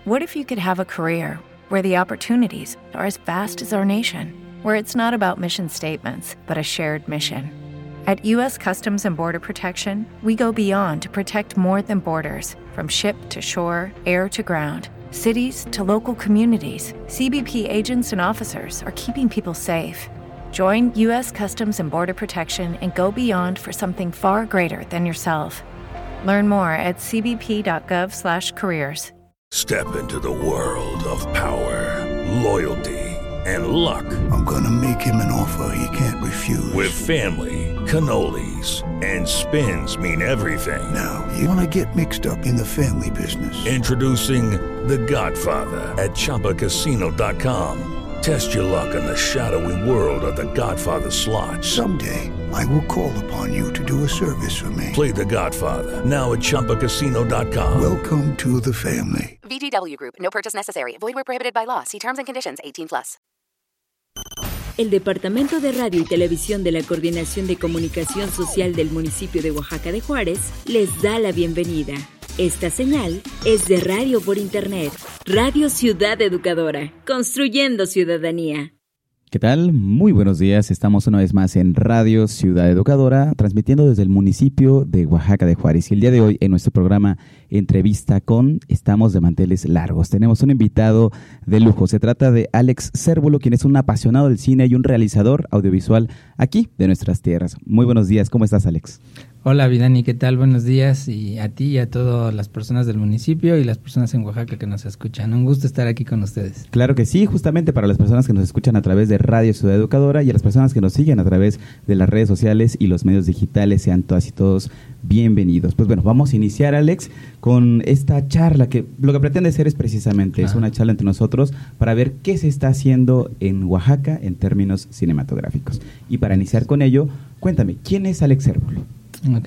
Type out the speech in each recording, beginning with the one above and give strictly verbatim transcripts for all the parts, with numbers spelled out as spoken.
What if you could have a career where the opportunities are as vast as our nation, where it's not about mission statements, but a shared mission? At U S Customs and Border Protection, we go beyond to protect more than borders. From ship to shore, air to ground, cities to local communities, C B P agents and officers are keeping people safe. Join U S Customs and Border Protection and go beyond for something far greater than yourself. Learn more at cbp.gov slash careers. Step into the world of power, loyalty, and luck. I'm gonna make him an offer he can't refuse. With family, cannolis, and spins mean everything. Now, you wanna get mixed up in the family business. Introducing The Godfather at Chumba Casino dot com. Test your luck in the shadowy world of The Godfather slot. Someday, I will call upon you to do a service for me. Play The Godfather, now at Chumba Casino dot com. Welcome to the family. V G W Group. No purchase necessary. Void where prohibited by law. See terms and conditions. eighteen plus. El Departamento de Radio y Televisión de la Coordinación de Comunicación Social del municipio de Oaxaca de Juárez les da la bienvenida. Esta señal es de radio por internet. Radio Ciudad Educadora. Construyendo ciudadanía. ¿Qué tal? Muy buenos días. Estamos una vez más en Radio Ciudad Educadora, transmitiendo desde el municipio de Oaxaca de Juárez. Y el día de hoy, en nuestro programa Entrevista con, estamos de manteles largos. Tenemos un invitado de lujo. Se trata de Alex Cérvulo, quien es un apasionado del cine y un realizador audiovisual aquí de nuestras tierras. Muy buenos días. ¿Cómo estás, Alex? Hola, Vidani, ¿qué tal? Buenos días, y a ti y a todas las personas del municipio y las personas en Oaxaca que nos escuchan. Un gusto estar aquí con ustedes. Claro que sí, justamente para las personas que nos escuchan a través de Radio Ciudad Educadora y a las personas que nos siguen a través de las redes sociales y los medios digitales, sean todas y todos bienvenidos. Pues bueno, vamos a iniciar, Alex, con esta charla que lo que pretende ser es precisamente, ah. es una charla entre nosotros para ver qué se está haciendo en Oaxaca en términos cinematográficos. Y para iniciar con ello, cuéntame, ¿quién es Alex Cérvulo? Ok,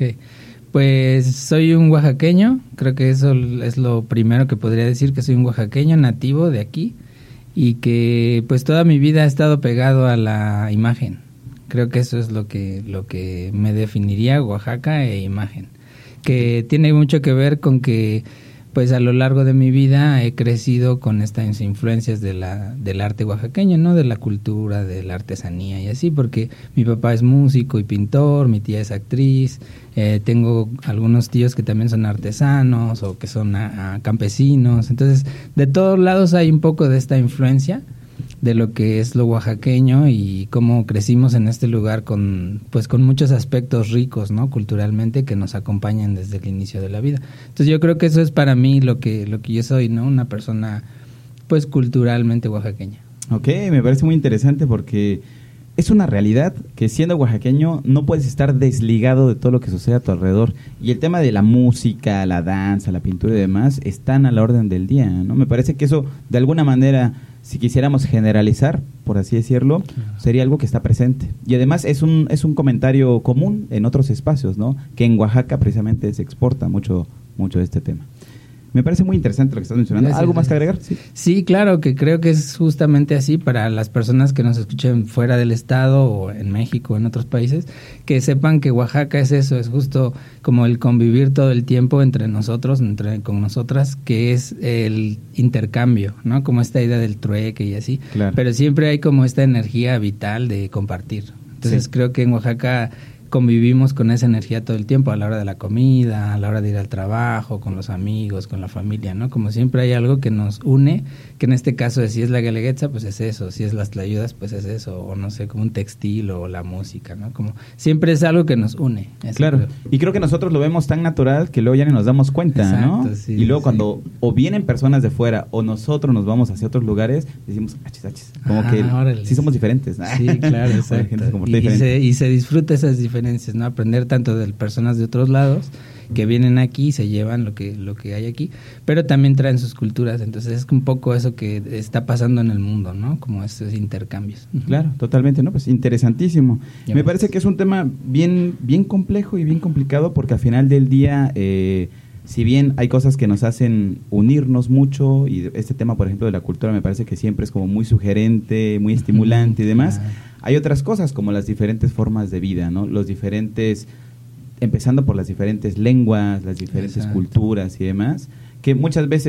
pues soy un oaxaqueño, creo que eso es lo primero que podría decir, que soy un oaxaqueño nativo de aquí y que pues toda mi vida he estado pegado a la imagen. Creo que eso es lo que, lo que me definiría, Oaxaca e imagen, que tiene mucho que ver con que pues a lo largo de mi vida he crecido con estas influencias de la del arte oaxaqueño, ¿no? De la cultura, de la artesanía y así, porque mi papá es músico y pintor, mi tía es actriz, eh, tengo algunos tíos que también son artesanos o que son a, a campesinos, entonces de todos lados hay un poco de esta influencia de lo que es lo oaxaqueño y cómo crecimos en este lugar con pues con muchos aspectos ricos, ¿no? Culturalmente, que nos acompañan desde el inicio de la vida. Entonces yo creo que eso es para mí lo que lo que yo soy, ¿no? Una persona pues culturalmente oaxaqueña. Ok, me parece muy interesante porque es una realidad que siendo oaxaqueño no puedes estar desligado de todo lo que sucede a tu alrededor. Y el tema de la música, la danza, la pintura y demás están a la orden del día, ¿no? Me parece que eso, de alguna manera, si quisiéramos generalizar, por así decirlo, sería algo que está presente. Y además es un es un comentario común en otros espacios, ¿no? Que en Oaxaca precisamente se exporta mucho mucho de este tema. Me parece muy interesante lo que estás mencionando. Gracias, ¿Algo más que agregar? Sí. sí, claro, que creo que es justamente así para las personas que nos escuchen fuera del estado o en México o en otros países, que sepan que Oaxaca es eso, es justo como el convivir todo el tiempo entre nosotros, entre con nosotras, que es el intercambio, ¿no? Como esta idea del trueque y así. Claro. Pero siempre hay como esta energía vital de compartir. Entonces sí. Creo que en Oaxaca convivimos con esa energía todo el tiempo, a la hora de la comida, a la hora de ir al trabajo, con los amigos, con la familia, ¿no? Como siempre hay algo que nos une, que en este caso si es la guelaguetza, pues es eso, si es las tlayudas, pues es eso, o no sé, como un textil o la música, ¿no? Como siempre es algo que nos une. Claro, creo. Y creo que nosotros lo vemos tan natural que luego ya ni nos damos cuenta, Exacto, ¿no? Sí, y luego sí. Cuando o vienen personas de fuera o nosotros nos vamos hacia otros lugares, decimos, achis, achis, como ah, que órale. Sí somos diferentes. Sí, claro, exacto. Y, y, se, y se disfruta esas diferencias, ¿no? Aprender tanto de personas de otros lados que vienen aquí y se llevan lo que lo que hay aquí, pero también traen sus culturas, entonces es un poco eso que está pasando en el mundo, ¿no? Como estos intercambios. Claro, totalmente, ¿no? Pues interesantísimo. Ya Me ves. parece que es un tema bien bien complejo y bien complicado porque al final del día eh, si bien hay cosas que nos hacen unirnos mucho, y este tema, por ejemplo, de la cultura me parece que siempre es como muy sugerente, muy estimulante y demás, hay otras cosas como las diferentes formas de vida, ¿no? Los diferentes, empezando por las diferentes lenguas, las diferentes Exacto. culturas y demás, que muchas veces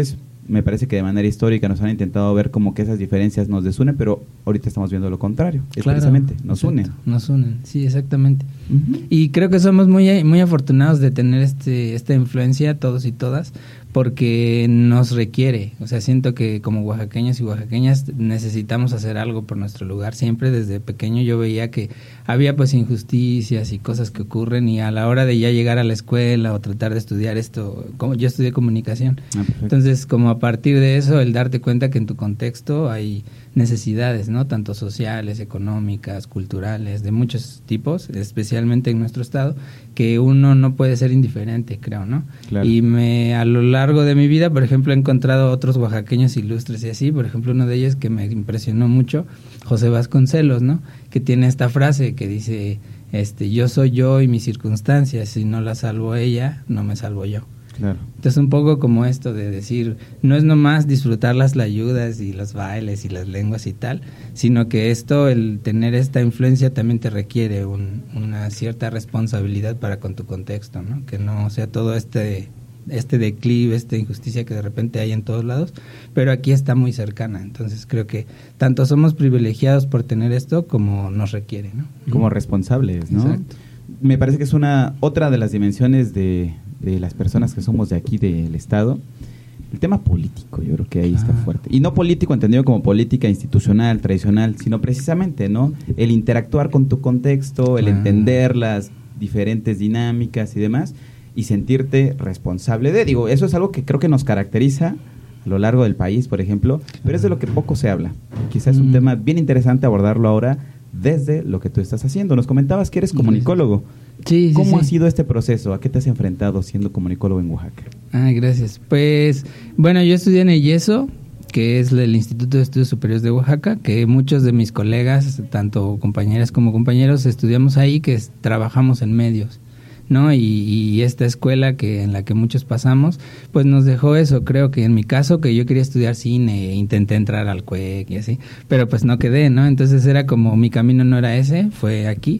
me parece que de manera histórica nos han intentado ver como que esas diferencias nos desunen, pero ahorita estamos viendo lo contrario, es claro, precisamente, nos exacto, unen. Nos unen, sí, exactamente. Uh-huh. Y creo que somos muy, muy afortunados de tener este esta influencia, todos y todas, porque nos requiere, o sea, siento que como oaxaqueños y oaxaqueñas necesitamos hacer algo por nuestro lugar. Siempre desde pequeño yo veía que había pues injusticias y cosas que ocurren, y a la hora de ya llegar a la escuela o tratar de estudiar esto, como yo estudié comunicación, ah, entonces como a partir de eso el darte cuenta que en tu contexto hay necesidades, ¿no? Tanto sociales, económicas, culturales, de muchos tipos, especialmente en nuestro estado, que uno no puede ser indiferente, creo, ¿no? Claro. Y me a lo largo de mi vida, por ejemplo, he encontrado otros oaxaqueños ilustres y así, por ejemplo, uno de ellos que me impresionó mucho, José Vasconcelos, ¿no? Que tiene esta frase que dice, este, yo soy yo y mis circunstancias, si no la salvo ella, no me salvo yo. Claro. Entonces un poco como esto de decir, no es nomás disfrutar las layudas y los bailes y las lenguas y tal, sino que esto, el tener esta influencia también te requiere un, una cierta responsabilidad para con tu contexto, ¿no? Que no sea todo este este declive, esta injusticia que de repente hay en todos lados, pero aquí está muy cercana. Entonces creo que tanto somos privilegiados por tener esto como nos requiere, ¿no? Como responsables, ¿no? Exacto. Me parece que es una otra de las dimensiones de, de las personas que somos de aquí del estado, el tema político. Yo creo que ahí ah. está fuerte, y no político entendido como política institucional tradicional, sino precisamente, ¿no? El interactuar con tu contexto, el ah. entender las diferentes dinámicas y demás, y sentirte responsable de, digo, eso es algo que creo que nos caracteriza a lo largo del país, por ejemplo, pero es de lo que poco se habla. Quizás es un mm. tema bien interesante abordarlo ahora desde lo que tú estás haciendo. Nos comentabas que eres comunicólogo. Sí, sí, ¿Cómo sí. ha sido este proceso? ¿A qué te has enfrentado siendo comunicólogo en Oaxaca? Ah, gracias. Pues, bueno, yo estudié en el IESO, que es el Instituto de Estudios Superiores de Oaxaca, que muchos de mis colegas, tanto compañeras como compañeros, estudiamos ahí, que es, trabajamos en medios, ¿no? Y, y esta escuela que en la que muchos pasamos, pues nos dejó eso. Creo que en mi caso, que yo quería estudiar cine, intenté entrar al C U E C y así, pero pues no quedé, ¿no? Entonces era como, mi camino no era ese, fue aquí.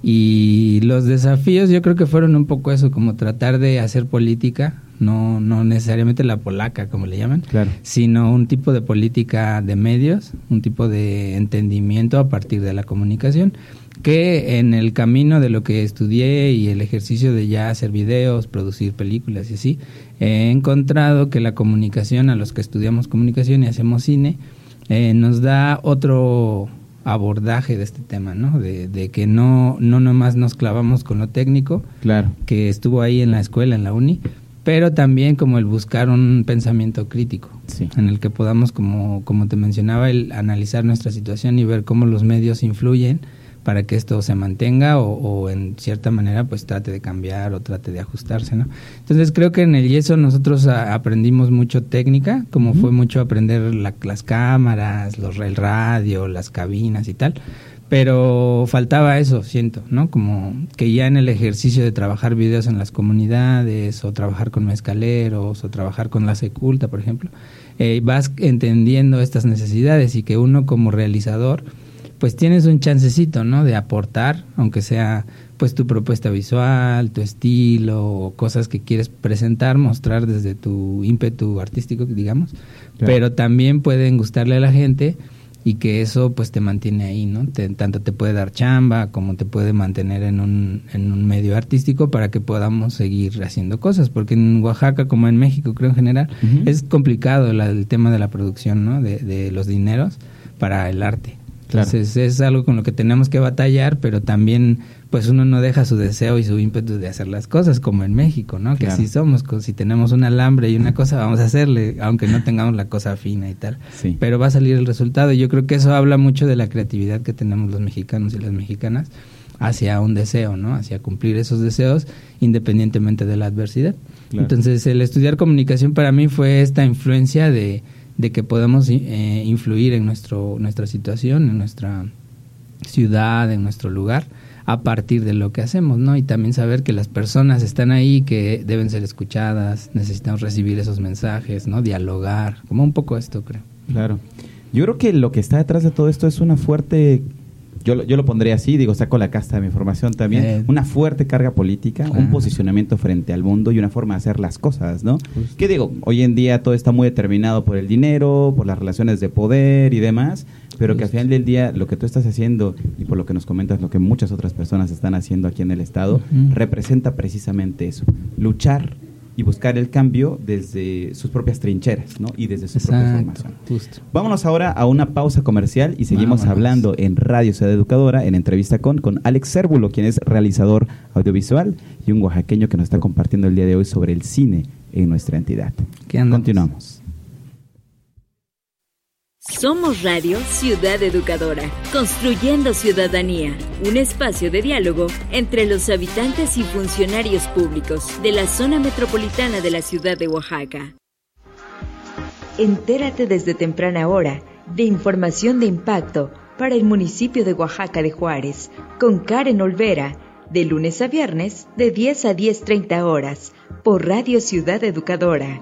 Y los desafíos yo creo que fueron un poco eso, como tratar de hacer política, no no necesariamente la polaca, como le llaman, claro, sino un tipo de política de medios, un tipo de entendimiento a partir de la comunicación, que en el camino de lo que estudié y el ejercicio de ya hacer videos, producir películas y así, he encontrado que la comunicación, a los que estudiamos comunicación y hacemos cine, eh, nos da otro abordaje de este tema, ¿no? De, de que no no nomás nos clavamos con lo técnico, claro, que estuvo ahí en la escuela, en la uni, pero también como el buscar un pensamiento crítico, sí, en el que podamos, como como te mencionaba, el analizar nuestra situación y ver cómo los medios influyen para que esto se mantenga o, o en cierta manera pues trate de cambiar o trate de ajustarse, ¿no? Entonces creo que en el IESO nosotros a, aprendimos mucho técnica, como uh-huh. fue mucho aprender la, las cámaras, los, el radio, las cabinas y tal, pero faltaba eso, siento, ¿no? Como que ya en el ejercicio de trabajar videos en las comunidades o trabajar con mezcaleros o trabajar con la Seculta, por ejemplo, eh, vas entendiendo estas necesidades y que uno como realizador pues tienes un chancecito, ¿no? De aportar, aunque sea pues tu propuesta visual, tu estilo, o cosas que quieres presentar, mostrar desde tu ímpetu artístico, digamos, claro, pero también pueden gustarle a la gente y que eso pues te mantiene ahí, ¿no? Te, tanto te puede dar chamba como te puede mantener en un en un medio artístico para que podamos seguir haciendo cosas, porque en Oaxaca, como en México creo en general, uh-huh. es complicado la, el tema de la producción, ¿no? De, de los dineros para el arte. Entonces claro, es algo con lo que tenemos que batallar, pero también pues uno no deja su deseo y su ímpetu de hacer las cosas, como en México, ¿no? Que claro, así somos, si tenemos un alambre y una cosa vamos a hacerle, aunque no tengamos la cosa fina y tal, sí, pero va a salir el resultado. Y yo creo que eso habla mucho de la creatividad que tenemos los mexicanos y las mexicanas hacia un deseo, ¿no? Hacia cumplir esos deseos independientemente de la adversidad. Claro. Entonces el estudiar comunicación para mí fue esta influencia de de que podemos eh, influir en nuestro nuestra situación, en nuestra ciudad, en nuestro lugar, a partir de lo que hacemos, ¿no? Y también saber que las personas están ahí, que deben ser escuchadas, necesitamos recibir esos mensajes, ¿no? Dialogar, como un poco esto, creo. Claro. Yo creo que lo que está detrás de todo esto es una fuerte Yo, lo- yo lo pondría así, digo, saco la casta de mi formación también, Eh. una fuerte carga política, Claro. un posicionamiento frente al mundo y una forma de hacer las cosas, ¿no? ¿Qué digo? Hoy en día todo está muy determinado por el dinero, por las relaciones de poder y demás, pero que al final del día lo que tú estás haciendo y por lo que nos comentas, lo que muchas otras personas están haciendo aquí en el Estado, Ujú. representa precisamente eso, luchar y buscar el cambio desde sus propias trincheras, ¿no? Y desde su propia formación. justo. Vámonos ahora a una pausa comercial y seguimos Vámonos. hablando en Radio Ciudad Educadora, en entrevista con, con Alex Cérvulo, quien es realizador audiovisual y un oaxaqueño que nos está compartiendo el día de hoy sobre el cine en nuestra entidad. ¿Qué andamos? Continuamos. Somos Radio Ciudad Educadora, construyendo ciudadanía, un espacio de diálogo entre los habitantes y funcionarios públicos de la zona metropolitana de la ciudad de Oaxaca. Entérate desde temprana hora de información de impacto para el municipio de Oaxaca de Juárez con Karen Olvera, de lunes a viernes de diez a diez treinta horas por Radio Ciudad Educadora.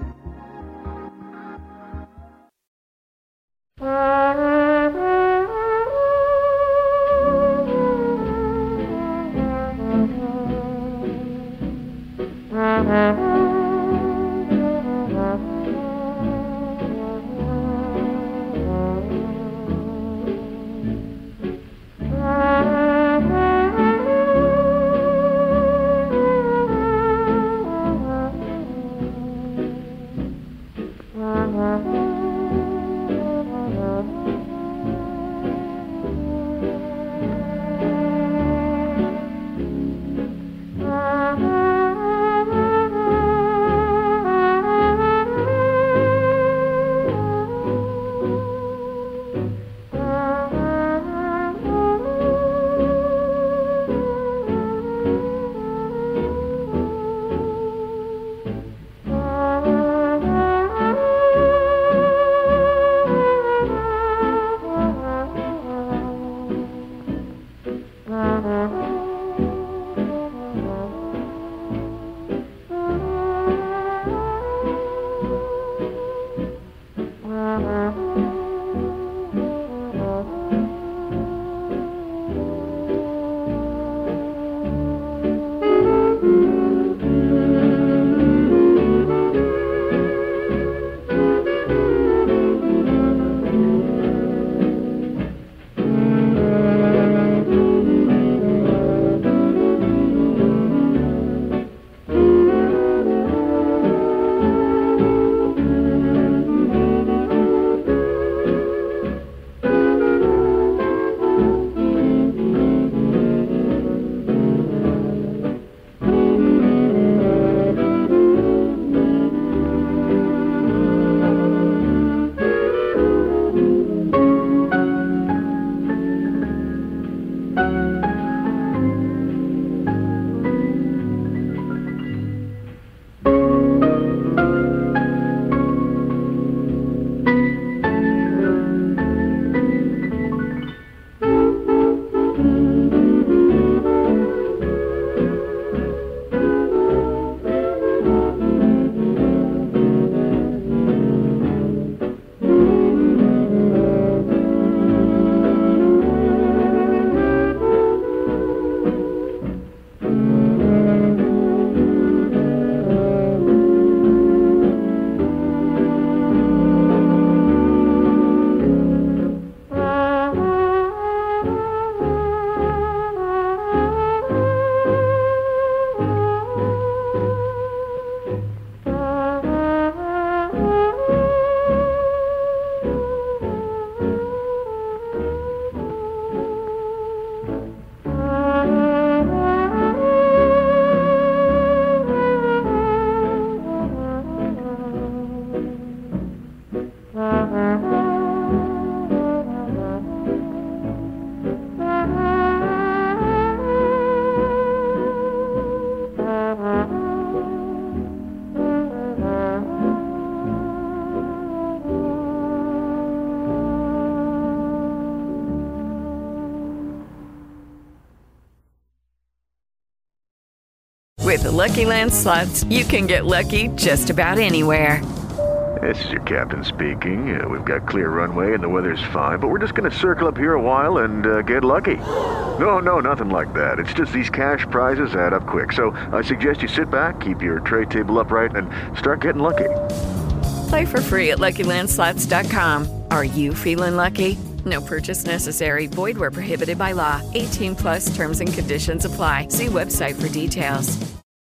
With the Lucky Land Slots, you can get lucky just about anywhere. This is your captain speaking. Uh, we've got clear runway and the weather's fine, but we're just going to circle up here a while and uh, get lucky. No, no, nothing like that. It's just these cash prizes add up quick. So I suggest you sit back, keep your tray table upright, and start getting lucky. Play for free at Lucky Land Slots dot com. Are you feeling lucky? No purchase necessary. Void where prohibited by law. eighteen plus terms and conditions apply. See website for details.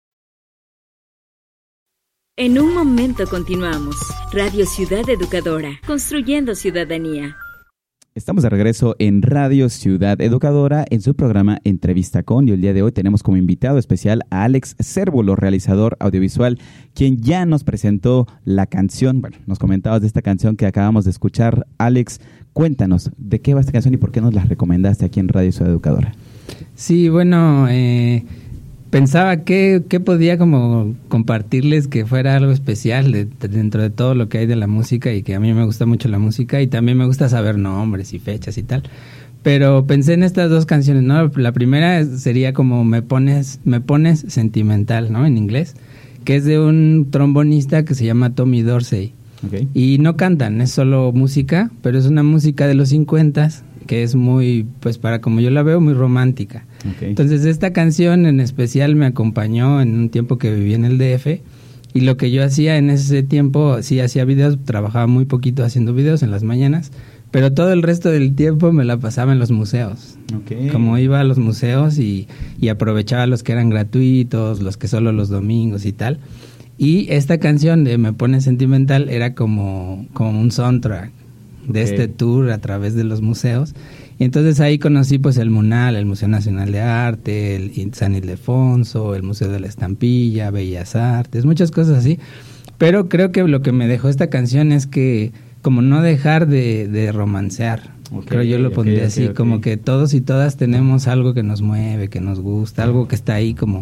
En un momento continuamos. Radio Ciudad Educadora, construyendo ciudadanía. Estamos de regreso en Radio Ciudad Educadora en su programa Entrevista Con, y el día de hoy tenemos como invitado especial a Alex Cérvulo, realizador audiovisual, quien ya nos presentó la canción. Bueno, nos comentabas de esta canción que acabamos de escuchar. Alex, cuéntanos, ¿de qué va esta canción y por qué nos la recomendaste aquí en Radio Ciudad Educadora? Sí, bueno, eh... pensaba que, que podía como compartirles que fuera algo especial de, de dentro de todo lo que hay de la música, y que a mí me gusta mucho la música y también me gusta saber nombres y fechas y tal. Pero pensé en estas dos canciones, ¿no? La primera sería como Me Pones, Me Pones Sentimental, ¿no? En inglés, que es de un trombonista que se llama Tommy Dorsey. Okay. Y no cantan, es solo música, pero es una música de los cincuentas que es muy, pues para como yo la veo, muy romántica. Okay. Entonces esta canción en especial me acompañó en un tiempo que viví en el D F, y lo que yo hacía en ese tiempo, sí hacía videos, trabajaba muy poquito haciendo videos en las mañanas, pero todo el resto del tiempo me la pasaba en los museos. Okay. Como iba a los museos y, y aprovechaba los que eran gratuitos, los que solo los domingos y tal. Y esta canción de Me Pone Sentimental era como, como un soundtrack de okay. este tour a través de los museos. Y entonces ahí conocí pues el MUNAL, el Museo Nacional de Arte, el San Ildefonso, el Museo de la Estampilla, Bellas Artes, muchas cosas así. Pero creo que lo que me dejó esta canción es que como no dejar de, de romancear. Okay, creo yo lo pondría okay, así, okay, como okay. que todos y todas tenemos algo que nos mueve, que nos gusta, algo que está ahí como...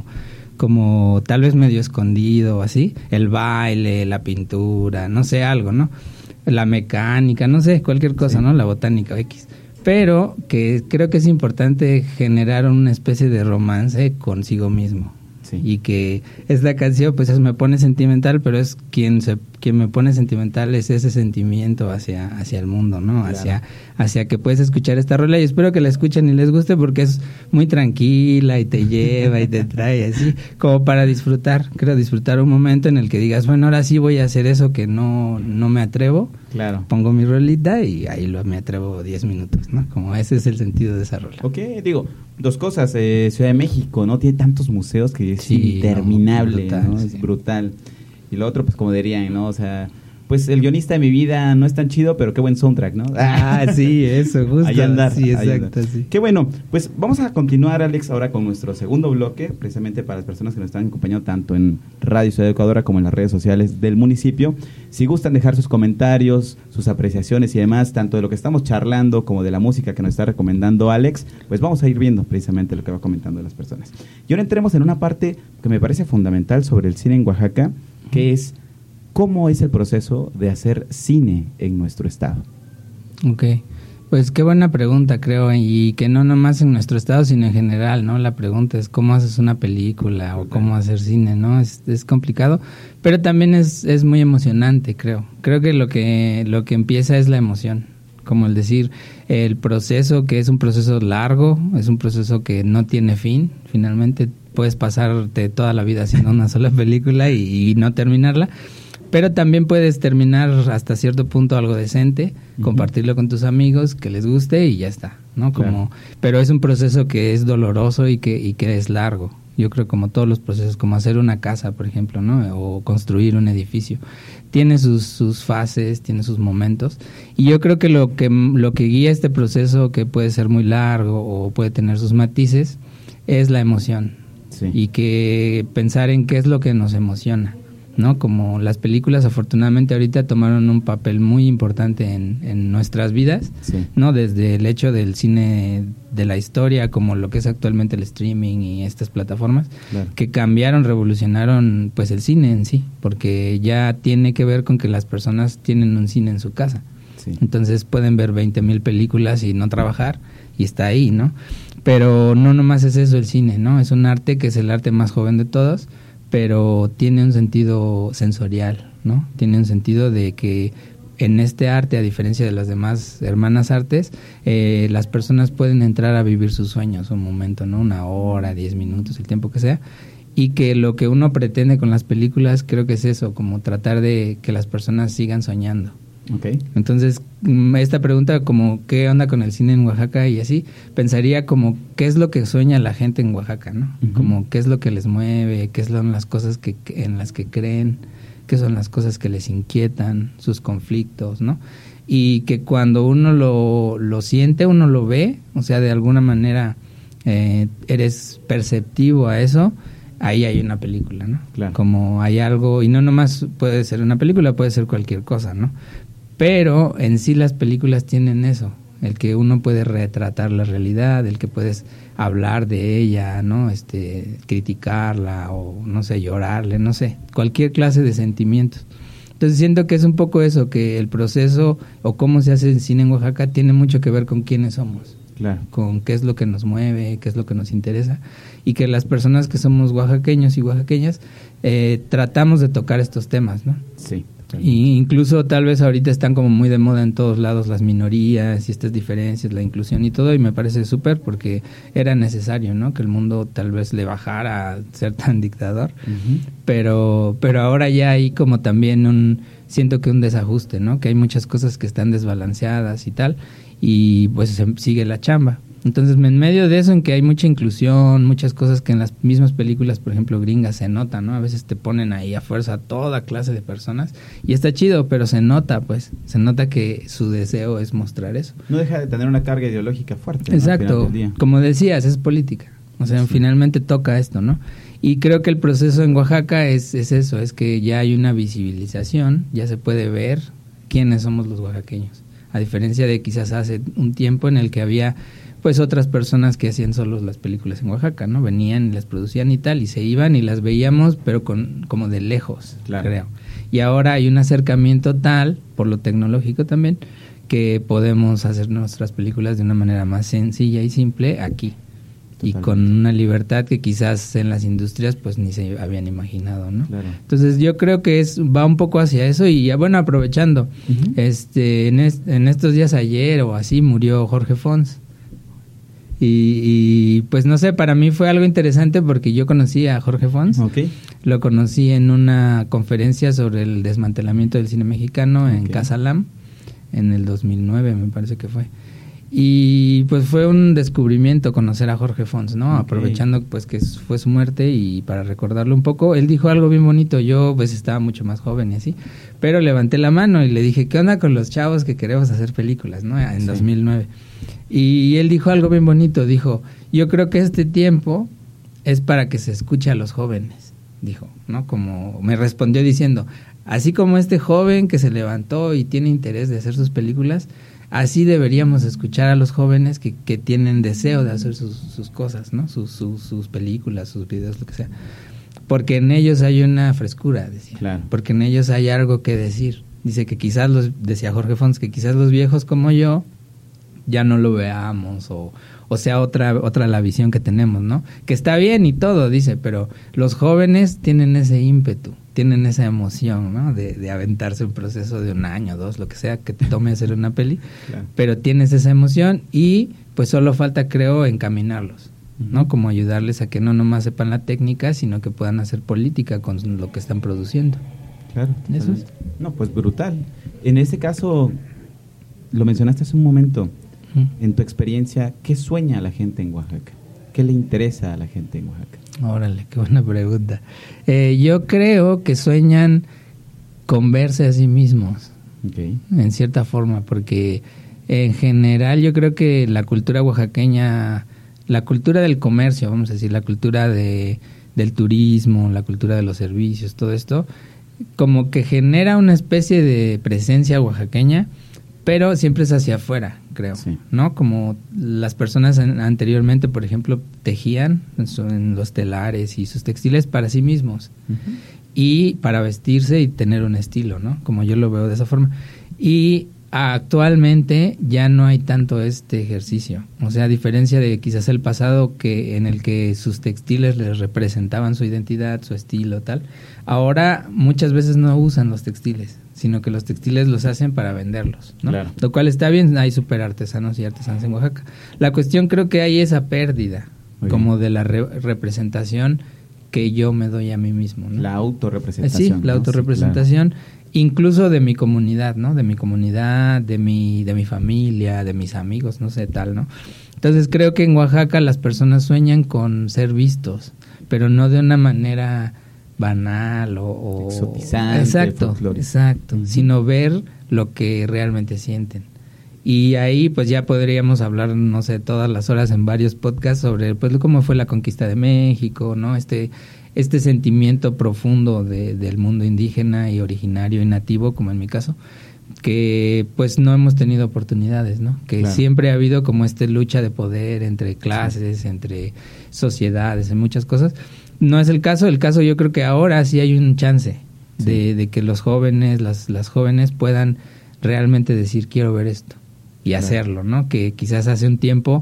como tal vez medio escondido o así, el baile, la pintura, no sé, algo, ¿no? La mecánica, no sé, cualquier cosa, sí. ¿no? La botánica X. Pero que creo que es importante generar una especie de romance consigo mismo. Sí. Y que esta canción, pues es, me pone sentimental, pero es quien se quien me pone sentimental es ese sentimiento hacia hacia el mundo, ¿no? Claro. Hacia hacia que puedes escuchar esta rola, y espero que la escuchen y les guste porque es muy tranquila y te lleva y te trae así, como para disfrutar, creo disfrutar un momento en el que digas, bueno, ahora sí voy a hacer eso que no no me atrevo. Claro. Pongo mi rolita y ahí lo me atrevo diez minutos, ¿no? Como ese es el sentido de esa rola. Ok, digo, dos cosas, eh, Ciudad de México, ¿no? Tiene tantos museos que es sí, interminable, no, brutal, ¿no? Sí. Es brutal. Y lo otro, pues como dirían, ¿no? O sea, pues el guionista de mi vida no es tan chido, pero qué buen soundtrack, ¿no? Ah, sí, eso, justo. Ahí andar. Sí, exacto, ahí andar. Sí. Qué bueno, pues vamos a continuar, Alex, ahora con nuestro segundo bloque, precisamente para las personas que nos están acompañando tanto en Radio Ciudad Educadora como en las redes sociales del municipio. Si gustan dejar sus comentarios, sus apreciaciones y demás, tanto de lo que estamos charlando como de la música que nos está recomendando Alex, pues vamos a ir viendo precisamente lo que va comentando las personas. Y ahora entremos en una parte que me parece fundamental sobre el cine en Oaxaca, que es cómo es el proceso de hacer cine en nuestro estado. Ok, pues qué buena pregunta, creo, y que no nomás en nuestro estado, sino en general, ¿no? La pregunta es cómo haces una película o cómo hacer cine, ¿no? Es, es complicado, pero también es, es muy emocionante, creo. Creo que lo que lo que empieza es la emoción, como el decir, el proceso, que es un proceso largo, es un proceso que no tiene fin, finalmente puedes pasarte toda la vida haciendo una sola película y, y no terminarla, pero también puedes terminar hasta cierto punto algo decente, uh-huh. compartirlo con tus amigos, que les guste y ya está, ¿no? Como, claro. Pero es un proceso que es doloroso y que, y que es largo. Yo creo como todos los procesos, como hacer una casa, por ejemplo, ¿no? O construir un edificio. Tiene sus, sus fases, tiene sus momentos. Y yo creo que lo que lo que guía este proceso, que puede ser muy largo o puede tener sus matices, es la emoción. Sí. Y que pensar en qué es lo que nos emociona, ¿no? Como las películas afortunadamente ahorita tomaron un papel muy importante en, en nuestras vidas, sí. ¿no? Desde el hecho del cine de la historia, como lo que es actualmente el streaming y estas plataformas, claro. que cambiaron, revolucionaron pues el cine en sí, porque ya tiene que ver con que las personas tienen un cine en su casa. Sí. Entonces pueden ver veinte mil películas y no trabajar, y está ahí, ¿no? Pero no nomás es eso el cine, ¿no? Es un arte que es el arte más joven de todos, pero tiene un sentido sensorial, ¿no? Tiene un sentido de que en este arte, a diferencia de las demás hermanas artes, eh, las personas pueden entrar a vivir sus sueños un momento, ¿no? Una hora, diez minutos, el tiempo que sea, y que lo que uno pretende con las películas creo que es eso, como tratar de que las personas sigan soñando. Okay. Entonces, esta pregunta como ¿qué onda con el cine en Oaxaca? Y así, pensaría como ¿qué es lo que sueña la gente en Oaxaca, ¿no? Uh-huh. Como ¿qué es lo que les mueve? ¿Qué son las cosas que, en las que creen? ¿Qué son las cosas que les inquietan? Sus conflictos, ¿no? Y que cuando uno lo, lo siente, uno lo ve, o sea, de alguna manera eh, eres perceptivo a eso, ahí hay una película, ¿no? Claro. Como hay algo, y no nomás puede ser una película, puede ser cualquier cosa, ¿no? Pero en sí las películas tienen eso, el que uno puede retratar la realidad, el que puedes hablar de ella, ¿no? Este, criticarla o, no sé, llorarle, no sé, cualquier clase de sentimientos. Entonces siento que es un poco eso, que el proceso o cómo se hace el cine en Oaxaca tiene mucho que ver con quiénes somos. Claro. Con qué es lo que nos mueve, qué es lo que nos interesa, y que las personas que somos oaxaqueños y oaxaqueñas eh, tratamos de tocar estos temas, ¿no? Sí. Y incluso tal vez ahorita están como muy de moda en todos lados las minorías y estas diferencias, la inclusión y todo, y me parece súper porque era necesario, ¿no? Que el mundo tal vez le bajara a ser tan dictador, uh-huh. pero pero ahora ya hay como también un, siento que un desajuste, ¿no? Que hay muchas cosas que están desbalanceadas y tal, y pues se sigue la chamba. Entonces, en medio de eso, en que hay mucha inclusión, muchas cosas que en las mismas películas, por ejemplo, gringas, se nota, ¿no? A veces te ponen ahí a fuerza a toda clase de personas y está chido, pero se nota, pues, se nota que su deseo es mostrar eso. No deja de tener una carga ideológica fuerte, ¿no? Exacto, como decías, es política, o sea, sí. Finalmente toca esto, ¿no? Y creo que el proceso en Oaxaca es, es eso, es que ya hay una visibilización, ya se puede ver quiénes somos los oaxaqueños, a diferencia de quizás hace un tiempo en el que había pues otras personas que hacían solos las películas en Oaxaca, ¿no? Venían y las producían y tal, y se iban y las veíamos, pero con como de lejos, claro. Creo. Y ahora hay un acercamiento tal, por lo tecnológico también, que podemos hacer nuestras películas de una manera más sencilla y simple aquí. Totalmente. Y con una libertad que quizás en las industrias pues ni se habían imaginado, ¿no? Claro. Entonces yo creo que es va un poco hacia eso y ya, bueno, aprovechando, uh-huh. este en, est- en estos días ayer o así murió Jorge Fons. Y, y pues no sé, para mí fue algo interesante porque yo conocí a Jorge Fons. Okay. Lo conocí en una conferencia sobre el desmantelamiento del cine mexicano en okay. Casa Lam en el dos mil nueve, me parece que fue. Y pues fue un descubrimiento conocer a Jorge Fons, ¿no? Okay. Aprovechando pues que fue su muerte y para recordarlo un poco, él dijo algo bien bonito. Yo pues estaba mucho más joven y así, pero levanté la mano y le dije, ¿qué onda con los chavos que queremos hacer películas, ¿no? En sí. dos mil nueve. Y él dijo algo bien bonito, dijo, yo creo que este tiempo es para que se escuche a los jóvenes, dijo, ¿no? Como me respondió diciendo, así como este joven que se levantó y tiene interés de hacer sus películas, así deberíamos escuchar a los jóvenes que, que tienen deseo de hacer sus, sus cosas, ¿no? Sus, sus, sus películas, sus videos, lo que sea. Porque en ellos hay una frescura, decía. Claro. Porque en ellos hay algo que decir. Dice que quizás los, decía Jorge Fons, que quizás los viejos como yo ya no lo veamos o, o sea otra otra la visión que tenemos, ¿no? Que está bien y todo, dice, pero los jóvenes tienen ese ímpetu, tienen esa emoción, ¿no? De, de aventarse un proceso de un año, dos, lo que sea que te tome hacer una peli, claro. Pero tienes esa emoción y pues solo falta, creo, encaminarlos, ¿no? Uh-huh. Como ayudarles a que no nomás sepan la técnica, sino que puedan hacer política con lo que están produciendo. Claro. Eso es. No, pues brutal. En ese caso, lo mencionaste hace un momento. En tu experiencia, ¿qué sueña la gente en Oaxaca? ¿Qué le interesa a la gente en Oaxaca? Órale, qué buena pregunta. Eh, yo creo que sueñan con verse a sí mismos, okay. En cierta forma, porque en general yo creo que la cultura oaxaqueña, la cultura del comercio, vamos a decir, la cultura de, del turismo, la cultura de los servicios, todo esto, como que genera una especie de presencia oaxaqueña, pero siempre es hacia afuera, creo, sí. ¿No? Como las personas en, anteriormente, por ejemplo, tejían en, su, en los telares y sus textiles para sí mismos. Uh-huh. Y para vestirse y tener un estilo, ¿no? Como yo lo veo de esa forma. Y Actualmente ya no hay tanto este ejercicio, o sea, a diferencia de quizás el pasado que en el que sus textiles les representaban su identidad, su estilo, tal. Ahora muchas veces no usan los textiles, sino que los textiles los hacen para venderlos, ¿no? Claro. Lo cual está bien, hay súper artesanos y artesanas en Oaxaca. La cuestión creo que hay esa pérdida, Muy como bien. de la re- representación que yo me doy a mí mismo, ¿no? La autorrepresentación. Sí, la ¿no? autorrepresentación. Sí, claro. Incluso de mi comunidad, ¿no? De mi comunidad, de mi, de mi familia, de mis amigos, no sé, tal, ¿no? Entonces creo que en Oaxaca las personas sueñan con ser vistos, pero no de una manera banal o... o exotizante, exacto, exacto, uh-huh. sino ver lo que realmente sienten. Y ahí pues ya podríamos hablar, no sé, todas las horas en varios podcasts sobre pues cómo fue la conquista de México, ¿no? Este... este sentimiento profundo de, del mundo indígena y originario y nativo, como en mi caso, que pues no hemos tenido oportunidades, ¿no? Que claro. siempre ha habido como esta lucha de poder entre clases, sí. entre sociedades, en muchas cosas. No es el caso, el caso yo creo que ahora sí hay un chance sí. de, de que los jóvenes, las, las jóvenes puedan realmente decir quiero ver esto y claro. hacerlo, ¿no? Que quizás hace un tiempo...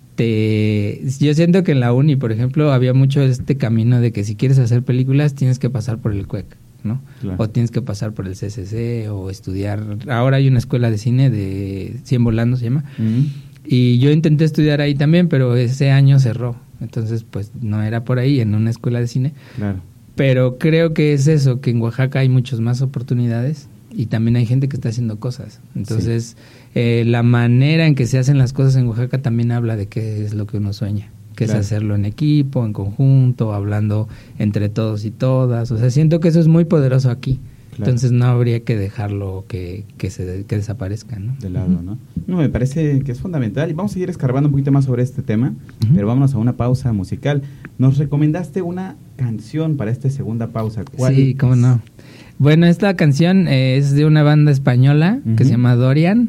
Te, yo siento que en la uni, por ejemplo, había mucho este camino de que si quieres hacer películas tienes que pasar por el C U E C, ¿no? Claro. O tienes que pasar por el C C C o estudiar. Ahora hay una escuela de cine de Cien Volando se llama. Uh-huh. Y yo intenté estudiar ahí también, pero ese año cerró. Entonces, pues no era por ahí en una escuela de cine. Claro. Pero creo que es eso, que en Oaxaca hay muchas más oportunidades y también hay gente que está haciendo cosas. Entonces, sí. eh, la manera en que se hacen las cosas en Oaxaca también habla de qué es lo que uno sueña, que claro. es hacerlo en equipo, en conjunto, hablando entre todos y todas. O sea, siento que eso es muy poderoso aquí. Claro. Entonces no habría que dejarlo que, que se que desaparezca, ¿no? De lado, ¿no? No, me parece que es fundamental. Y vamos a seguir escarbando un poquito más sobre este tema, uh-huh. pero vámonos a una pausa musical. Nos recomendaste una canción para esta segunda pausa. ¿Cuál sí, cómo no. Bueno, esta canción eh, es de una banda española uh-huh. que se llama Dorian.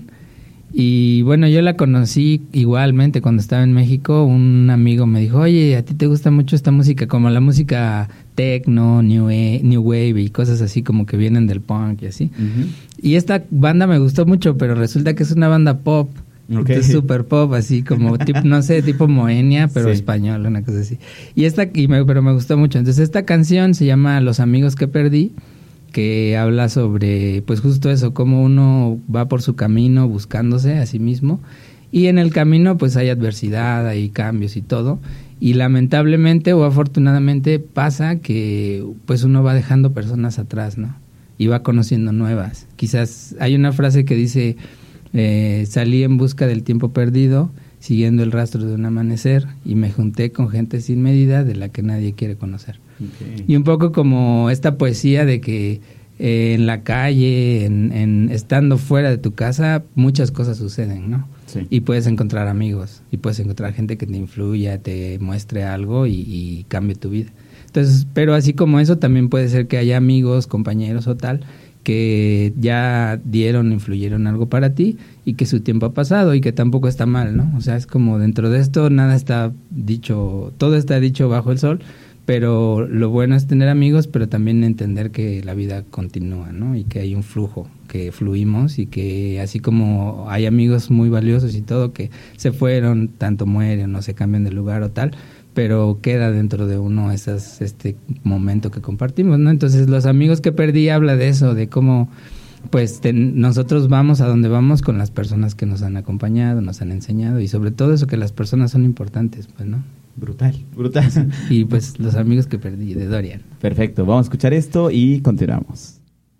Y bueno, yo la conocí igualmente cuando estaba en México. Un amigo me dijo, oye, ¿a ti te gusta mucho esta música? Como la música techno, new, new wave y cosas así como que vienen del punk y así. Uh-huh. Y esta banda me gustó mucho, pero resulta que es una banda pop. Okay. Es super pop, así como, tipo, no sé, tipo Moenia, pero sí. español, una cosa así. Y esta, y me, pero me gustó mucho. Entonces esta canción se llama Los amigos que perdí, que habla sobre, pues justo eso, cómo uno va por su camino buscándose a sí mismo y en el camino pues hay adversidad, hay cambios y todo y lamentablemente o afortunadamente pasa que pues uno va dejando personas atrás, ¿no? Y va conociendo nuevas. Quizás hay una frase que dice, eh, salí en busca del tiempo perdido, siguiendo el rastro de un amanecer y me junté con gente sin medida de la que nadie quiere conocer. Okay. Y un poco como esta poesía de que eh, en la calle, en, en estando fuera de tu casa, muchas cosas suceden, ¿no? Sí. Y puedes encontrar amigos, y puedes encontrar gente que te influya, te muestre algo y, y cambie tu vida. Entonces, pero así como eso, también puede ser que haya amigos, compañeros o tal, que ya dieron, influyeron algo para ti y que su tiempo ha pasado y que tampoco está mal, ¿no? O sea, es como dentro de esto nada está dicho, todo está dicho bajo el sol, pero lo bueno es tener amigos, pero también entender que la vida continúa, ¿no? Y que hay un flujo, que fluimos y que así como hay amigos muy valiosos y todo que se fueron, tanto mueren o se cambian de lugar o tal, pero queda dentro de uno esas, este momento que compartimos, ¿no? Entonces los amigos que perdí habla de eso, de cómo pues ten, nosotros vamos a donde vamos con las personas que nos han acompañado, nos han enseñado y sobre todo eso que las personas son importantes, pues, ¿no? Brutal, brutal. Y pues los amigos que perdí de Dorian. Perfecto, vamos a escuchar esto y continuamos.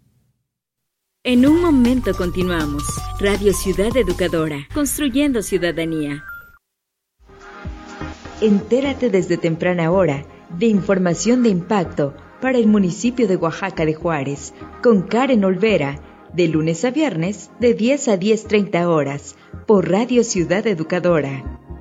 En un momento continuamos. Radio Ciudad Educadora, construyendo ciudadanía. Entérate desde temprana hora de información de impacto para el municipio de Oaxaca de Juárez con Karen Olvera, de lunes a viernes de diez a diez treinta horas por Radio Ciudad Educadora.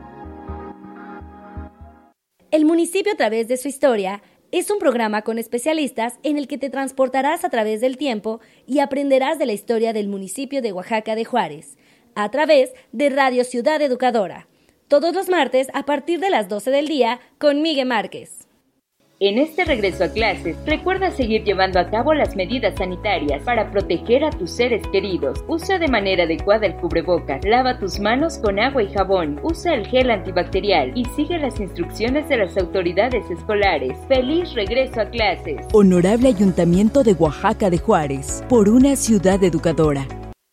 El municipio a través de su historia es un programa con especialistas en el que te transportarás a través del tiempo y aprenderás de la historia del municipio de Oaxaca de Juárez, a través de Radio Ciudad Educadora. Todos los martes a partir de las doce del día con Miguel Márquez. En este regreso a clases, recuerda seguir llevando a cabo las medidas sanitarias para proteger a tus seres queridos. Usa de manera adecuada el cubrebocas, lava tus manos con agua y jabón, usa el gel antibacterial y sigue las instrucciones de las autoridades escolares. ¡Feliz regreso a clases! Honorable Ayuntamiento de Oaxaca de Juárez, por una ciudad educadora.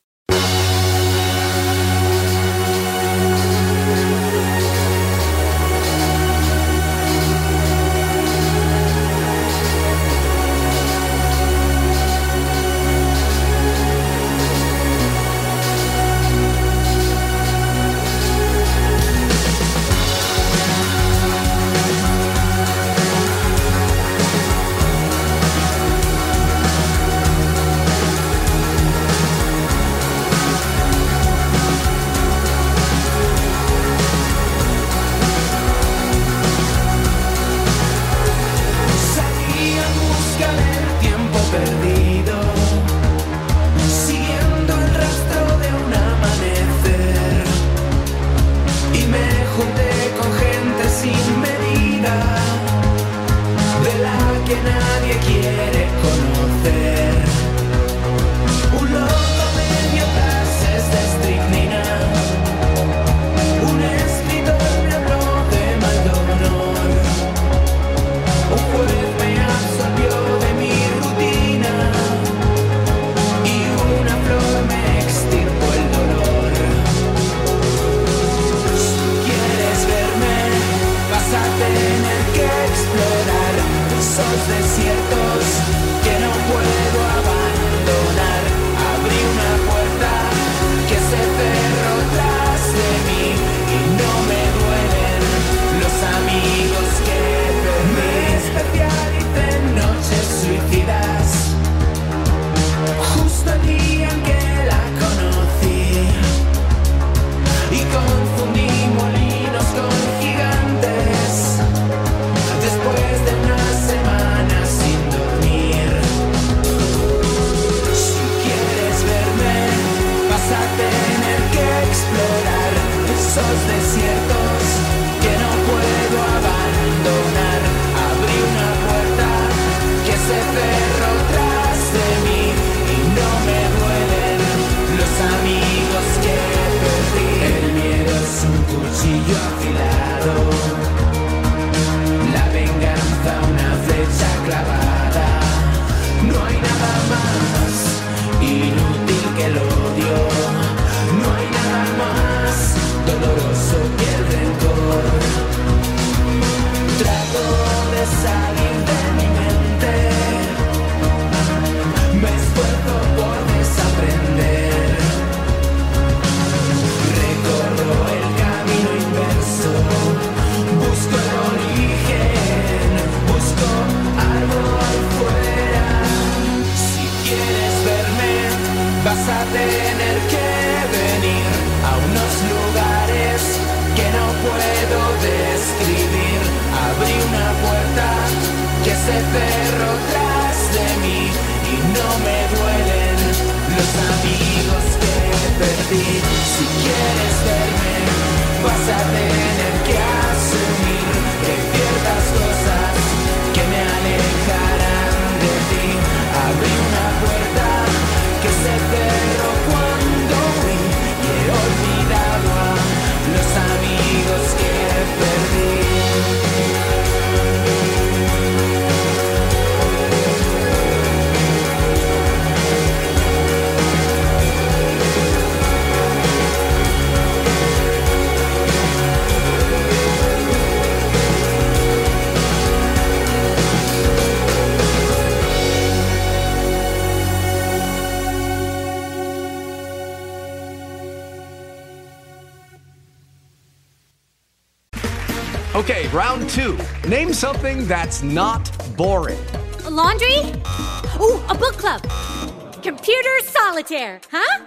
Okay, round two. Name something that's not boring. A laundry? Ooh, a book club. Computer solitaire, huh?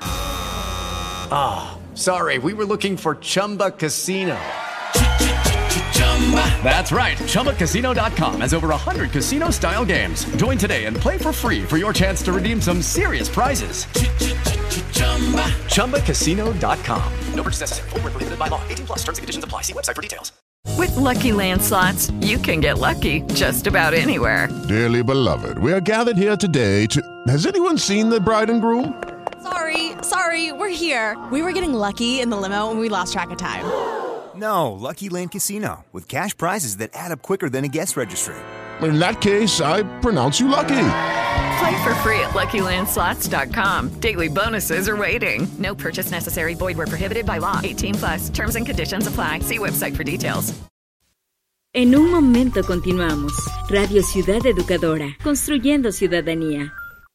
Ah, oh, sorry, we were looking for Chumba Casino. That's right, Chumba Casino dot com has over one hundred casino-style games. Join today and play for free for your chance to redeem some serious prizes. Chumba Casino dot com. No purchase necessary. Void where prohibited by law. eighteen plus terms and conditions apply. See website for details. With Lucky Land Slots, you can get lucky just about anywhere. Dearly beloved, we are gathered here today to... Has anyone seen the bride and groom? Sorry, sorry, we're here. We were getting lucky in the limo and we lost track of time. No, Lucky Land Casino, with cash prizes that add up quicker than a guest registry. In that case, I pronounce you lucky. Play for free at Lucky Land Slots dot com. Daily bonuses are waiting. No purchase necessary. Void where prohibited by law. eighteen plus. Terms and conditions apply. See website for details. En un momento continuamos. Radio Ciudad Educadora, construyendo ciudadanía.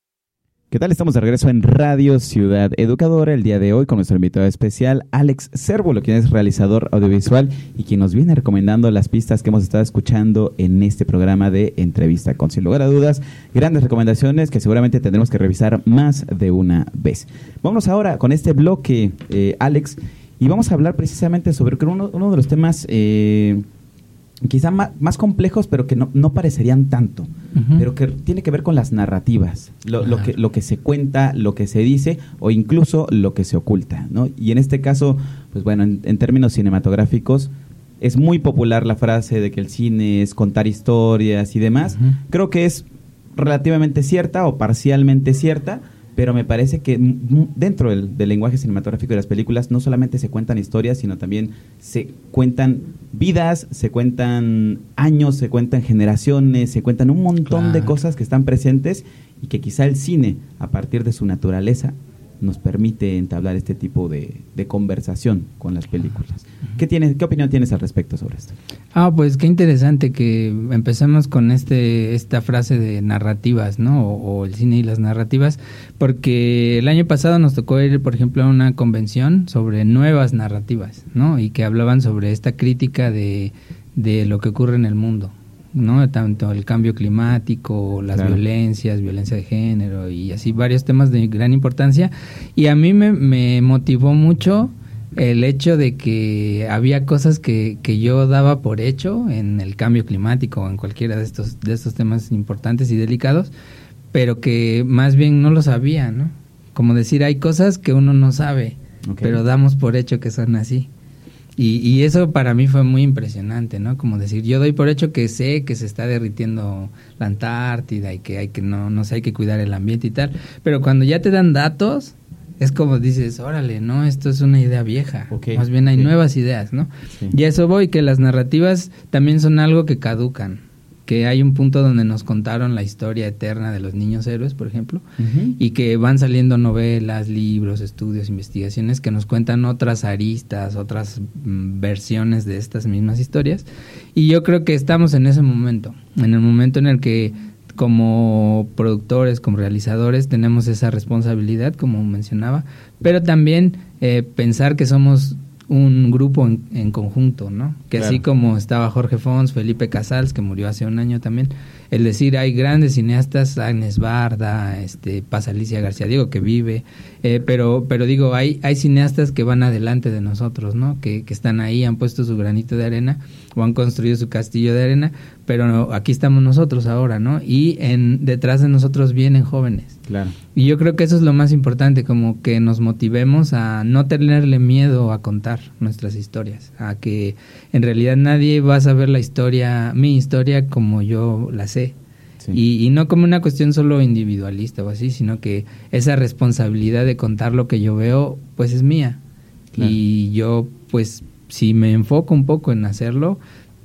¿Qué tal? Estamos de regreso en Radio Ciudad Educadora el día de hoy con nuestro invitado especial, Alex Cérvulo, quien es realizador audiovisual y quien nos viene recomendando las pistas que hemos estado escuchando en este programa de entrevista con, sin lugar a dudas, grandes recomendaciones que seguramente tendremos que revisar más de una vez. Vamos ahora con este bloque, eh, Alex, y vamos a hablar precisamente sobre uno, uno de los temas... Eh, quizá más, más complejos, pero que no, no parecerían tanto, uh-huh. pero que tiene que ver con las narrativas, lo, lo, que, lo que se cuenta, lo que se dice o incluso lo que se oculta, ¿no? Y en este caso, pues bueno, en, en términos cinematográficos, es muy popular la frase de que el cine es contar historias y demás. Uh-huh. Creo que es relativamente cierta o parcialmente cierta, pero me parece que dentro del, del lenguaje cinematográfico de las películas no solamente se cuentan historias, sino también se cuentan vidas, se cuentan años, se cuentan generaciones, se cuentan un montón claro. de cosas que están presentes y que quizá el cine, a partir de su naturaleza, nos permite entablar este tipo de, de conversación con las películas. ¿Qué tienes, qué opinión tienes al respecto sobre esto? Ah, pues qué interesante que empecemos con este esta frase de narrativas, ¿no? O, o el cine y las narrativas, porque el año pasado nos tocó ir, por ejemplo, a una convención sobre nuevas narrativas, ¿no? Y que hablaban sobre esta crítica de, de lo que ocurre en el mundo, ¿no? Tanto el cambio climático, las claro. violencias, violencia de género y así varios temas de gran importancia. Y a mí me, me motivó mucho el hecho de que había cosas que, que yo daba por hecho en el cambio climático o en cualquiera de estos, de estos temas importantes y delicados, pero que más bien no lo sabía, ¿no? Como decir, hay cosas que uno no sabe, okay. pero damos por hecho que son así. Y, y eso para mí fue muy impresionante, ¿no? Como decir, yo doy por hecho que sé que se está derritiendo la Antártida y que hay que no, no sé, hay que cuidar el ambiente y tal, pero cuando ya te dan datos, es como dices, órale, no, esto es una idea vieja, okay. más bien hay sí. nuevas ideas, ¿no? Sí. Y a eso voy, que las narrativas también son algo que caducan, que hay un punto donde nos contaron la historia eterna de los niños héroes, por ejemplo, uh-huh. y que van saliendo novelas, libros, estudios, investigaciones que nos cuentan otras aristas, otras mm, versiones de estas mismas historias, y yo creo que estamos en ese momento, en el momento en el que como productores, como realizadores, tenemos esa responsabilidad, como mencionaba, pero también eh, pensar que somos un grupo en, en conjunto, ¿no? Que claro. así como estaba Jorge Fons, Felipe Casals, que murió hace un año también, el decir, hay grandes cineastas, Agnes Barda, este, Paz Alicia García Diego, que vive, eh, pero pero digo, hay hay cineastas que van adelante de nosotros, ¿no? Que, que están ahí, han puesto su granito de arena, o han construido su castillo de arena, pero no, aquí estamos nosotros ahora, ¿no? Y en detrás de nosotros vienen jóvenes. Claro. Y yo creo que eso es lo más importante, como que nos motivemos a no tenerle miedo a contar nuestras historias, a que en realidad nadie va a saber la historia, mi historia como yo la sé. Sí. Y, y no como una cuestión solo individualista o así, sino que esa responsabilidad de contar lo que yo veo, pues es mía. Claro. Y yo, pues, si me enfoco un poco en hacerlo,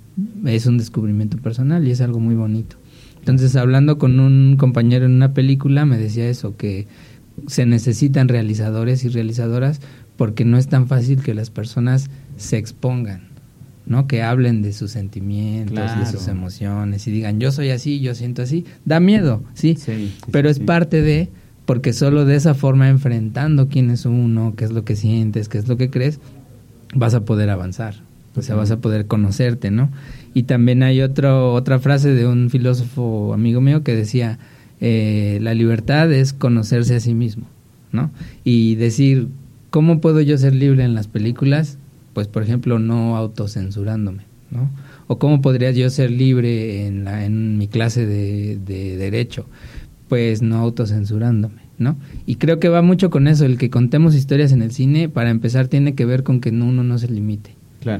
es un descubrimiento personal y es algo muy bonito. Entonces, hablando con un compañero en una película, me decía eso, que se necesitan realizadores y realizadoras porque no es tan fácil que las personas se expongan, ¿no? Que hablen de sus sentimientos, claro. de sus emociones y digan, yo soy así, yo siento así. Da miedo, sí, sí, sí pero sí, es sí. parte de, porque solo de esa forma, enfrentando quién es uno, qué es lo que sientes, qué es lo que crees, vas a poder avanzar. O sea, vas a poder conocerte, ¿no? Y también hay otro, otra frase de un filósofo amigo mío que decía, eh, la libertad es conocerse a sí mismo, ¿no? Y decir, ¿cómo puedo yo ser libre en las películas? Pues, por ejemplo, no autocensurándome, ¿no? O ¿cómo podría yo ser libre en, la, en mi clase de, de Derecho? Pues no autocensurándome, ¿no? Y creo que va mucho con eso, el que contemos historias en el cine, para empezar, tiene que ver con que uno no se limite. Claro.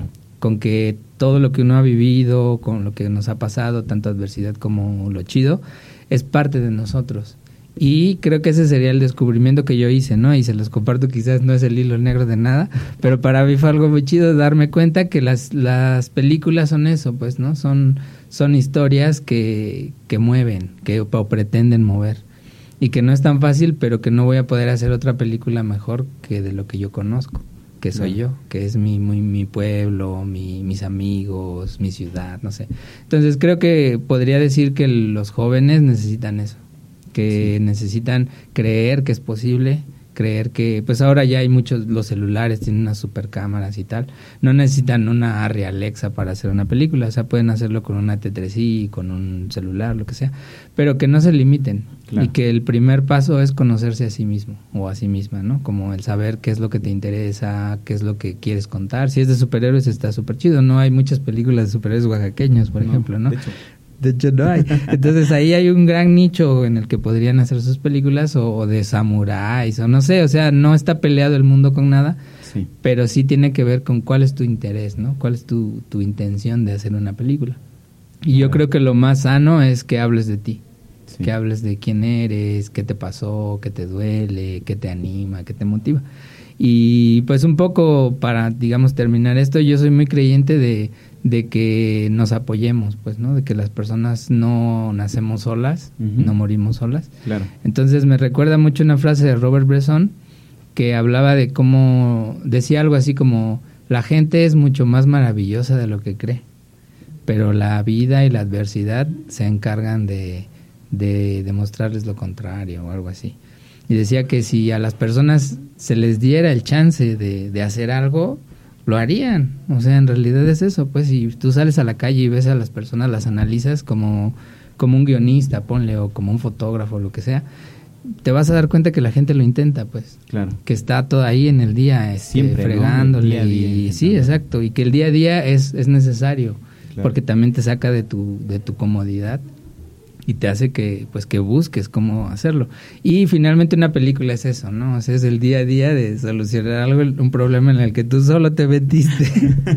con que todo lo que uno ha vivido, con lo que nos ha pasado, tanto adversidad como lo chido, es parte de nosotros. Y creo que ese sería el descubrimiento que yo hice, ¿no? Y se los comparto, quizás no es el hilo negro de nada, pero para mí fue algo muy chido darme cuenta que las las películas son eso, pues, ¿no? Son son historias que, que mueven, que o pretenden mover. Y que no es tan fácil, pero que no voy a poder hacer otra película mejor que de lo que yo conozco, que soy sí. yo, que es mi mi, mi pueblo, mi, mis amigos, mi ciudad, no sé. Entonces creo que podría decir que los jóvenes necesitan eso. Que sí. necesitan creer que es posible, creer que, pues ahora ya hay muchos, los celulares tienen unas super cámaras y tal, no necesitan una Arri Alexa para hacer una película, o sea, pueden hacerlo con una T tres i, con un celular, lo que sea, pero que no se limiten, claro. y que el primer paso es conocerse a sí mismo o a sí misma, ¿no? Como el saber qué es lo que te interesa, qué es lo que quieres contar. Si es de superhéroes está súper chido, no hay muchas películas de superhéroes oaxaqueños, por no, ejemplo, ¿no? De hecho. De hecho no hay. Entonces ahí hay un gran nicho en el que podrían hacer sus películas o, o de samuráis o no sé, o sea, no está peleado el mundo con nada, sí. pero sí tiene que ver con cuál es tu interés, ¿no? Cuál es tu, tu intención de hacer una película. Y yo claro. creo que lo más sano es que hables de ti, sí. que hables de quién eres, qué te pasó, qué te duele, qué te anima, qué te motiva. Y pues un poco para, digamos, terminar esto, yo soy muy creyente de, de que nos apoyemos, pues, ¿no? De que las personas no nacemos solas, uh-huh. no morimos solas. Claro. Entonces me recuerda mucho una frase de Robert Bresson que hablaba de cómo, decía algo así como, la gente es mucho más maravillosa de lo que cree, pero la vida y la adversidad se encargan de, de demostrarles lo contrario o algo así. Y decía que si a las personas se les diera el chance de, de hacer algo, lo harían. O sea, en realidad es eso, pues si tú sales a la calle y ves a las personas, las analizas como, como un guionista, ponle, o como un fotógrafo, lo que sea, te vas a dar cuenta que la gente lo intenta, pues. Claro. Que está todo ahí en el día, este, siempre, fregándole. ¿No? Día a día, y, sí, exacto. Y que el día a día es, es necesario, claro. porque también te saca de tu, de tu comodidad. Y te hace que, pues, que busques cómo hacerlo. Y finalmente una película es eso, ¿no? O sea, es el día a día de solucionar algo, un problema en el que tú solo te metiste.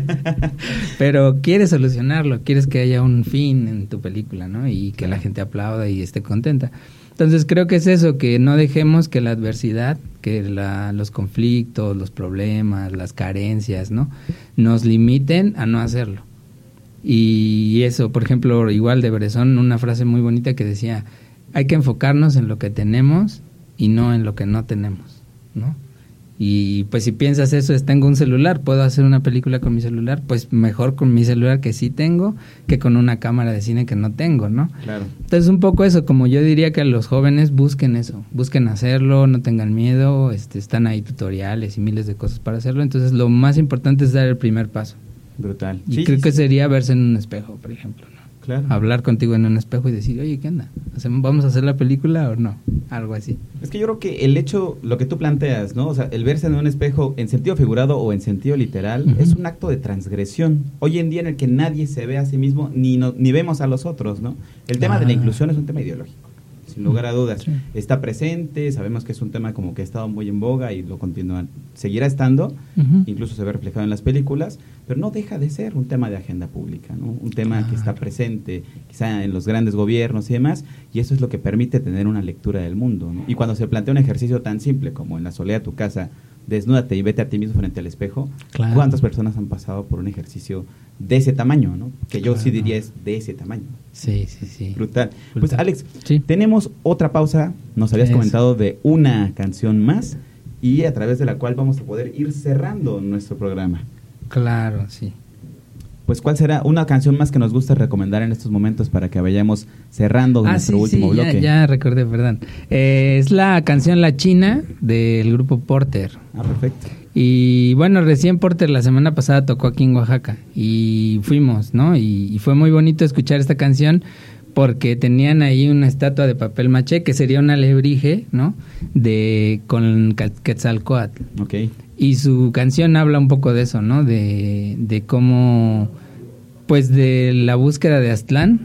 Pero quieres solucionarlo, quieres que haya un fin en tu película, ¿no? Y que la gente aplauda y esté contenta. Entonces creo que es eso, que no dejemos que la adversidad, que la, los conflictos, los problemas, las carencias, ¿no? Nos limiten a no hacerlo. Y eso, por ejemplo, igual de Bresson, una frase muy bonita que decía, hay que enfocarnos en lo que tenemos y no en lo que no tenemos, ¿no? Y pues si piensas eso, es tengo un celular, ¿puedo hacer una película con mi celular? Pues mejor con mi celular que sí tengo que con una cámara de cine que no tengo, ¿no? Claro. Entonces un poco eso, como yo diría que a los jóvenes busquen eso, busquen hacerlo, no tengan miedo, este, están ahí tutoriales y miles de cosas para hacerlo, entonces lo más importante es dar el primer paso. Brutal. Y sí, creo sí, que sí. sería verse en un espejo, por ejemplo, ¿no? Claro. Hablar contigo en un espejo y decir, oye, ¿qué onda? ¿Vamos a hacer la película o no? Algo así. Es que yo creo que el hecho, lo que tú planteas, ¿no? O sea, el verse en un espejo en sentido figurado o en sentido literal, uh-huh. es un acto de transgresión. Hoy en día en el que nadie se ve a sí mismo ni, no, ni vemos a los otros, ¿no? El tema ah. de la inclusión es un tema ideológico. Sin lugar a dudas, sí. está presente, sabemos que es un tema como que ha estado muy en boga y lo continúa, seguirá estando, uh-huh. incluso se ve reflejado en las películas, pero no deja de ser un tema de agenda pública, ¿no? Un tema claro. que está presente quizá en los grandes gobiernos y demás, y eso es lo que permite tener una lectura del mundo, ¿no? Y cuando se plantea un ejercicio tan simple como en la soledad de tu casa, desnúdate y vete a ti mismo frente al espejo, claro. ¿cuántas personas han pasado por un ejercicio de ese tamaño, ¿no? Que yo claro. sí diría es de ese tamaño. Sí, sí, sí. Brutal. Brutal. Pues Alex, sí. tenemos otra pausa, nos habías es. comentado de una canción más y a través de la cual vamos a poder ir cerrando nuestro programa. Claro, sí. Pues ¿cuál será una canción más que nos gusta recomendar en estos momentos para que vayamos cerrando ah, nuestro sí, último sí, bloque? Ya, ya recordé, perdón. Eh, es la canción La China del grupo Porter. Ah, perfecto. Y bueno, recién Porter la semana pasada tocó aquí en Oaxaca y fuimos, ¿no? Y, y fue muy bonito escuchar esta canción porque tenían ahí una estatua de papel maché que sería un alebrije, ¿no? De con Quetzalcóatl. Okay. Y su canción habla un poco de eso, ¿no? De, de cómo, pues de la búsqueda de Aztlán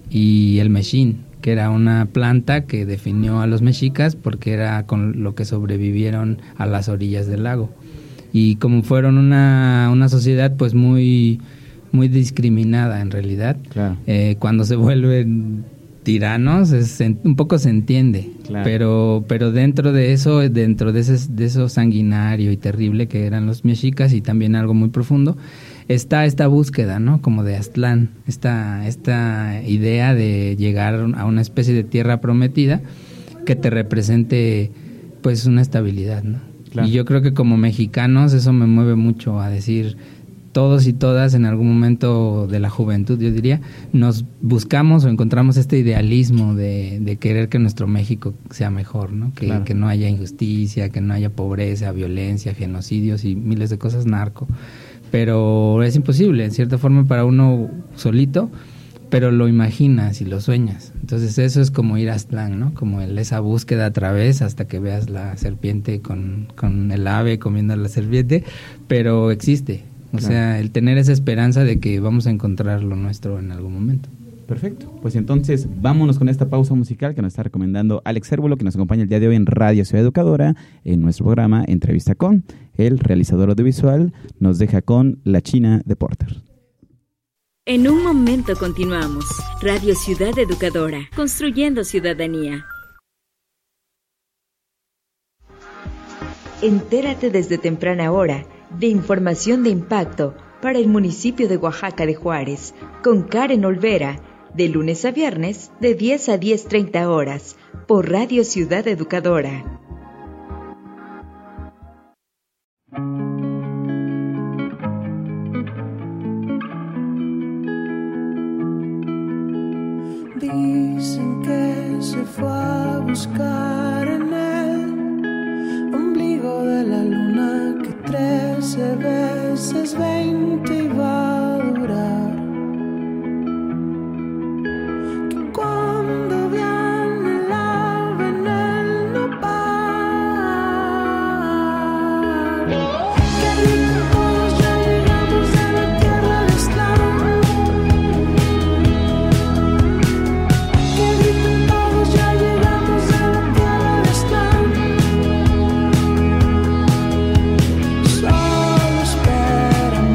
y el mexín, que era una planta que definió a los mexicas porque era con lo que sobrevivieron a las orillas del lago. y como fueron una, una sociedad pues muy, muy discriminada en realidad, claro. eh, cuando se vuelven tiranos, es, un poco se entiende, claro. pero pero dentro de eso, dentro de, ese, de eso sanguinario y terrible que eran los mexicas, y también algo muy profundo, está esta búsqueda, ¿no? Como de Aztlán, esta, esta idea de llegar a una especie de tierra prometida que te represente pues una estabilidad, ¿no? Claro. Y yo creo que como mexicanos eso me mueve mucho a decir, todos y todas en algún momento de la juventud, yo diría, nos buscamos o encontramos este idealismo de, de querer que nuestro México sea mejor, ¿no? Que, claro. que no haya injusticia, que no haya pobreza, violencia, genocidios y miles de cosas narco. Pero es imposible, en cierta forma, para uno solito, pero lo imaginas y lo sueñas. Entonces eso es como ir a Aztlán, ¿no? Como el, esa búsqueda a través hasta que veas la serpiente con, con el ave comiendo a la serpiente, pero existe. O claro. sea, el tener esa esperanza de que vamos a encontrar lo nuestro en algún momento. Perfecto. Pues entonces vámonos con esta pausa musical que nos está recomendando Alex Cérvulo, que nos acompaña el día de hoy en Radio Ciudad Educadora, en nuestro programa Entrevista con. El realizador audiovisual nos deja con La China de Porter. En un momento continuamos. Radio Ciudad Educadora, construyendo ciudadanía. Entérate desde temprana hora de información de impacto para el municipio de Oaxaca de Juárez, con Karen Olvera, de lunes a viernes de diez a diez treinta horas, por Radio Ciudad Educadora. Dicen que se fue a buscar en el ombligo de la luna que trece veces veinte iba a durar. Que cuando viene el ave en el nopal, que gritan todos ya llegamos a la tierra de Aztlán. Que gritan todos ya llegamos a la tierra de Aztlán. Solo esperan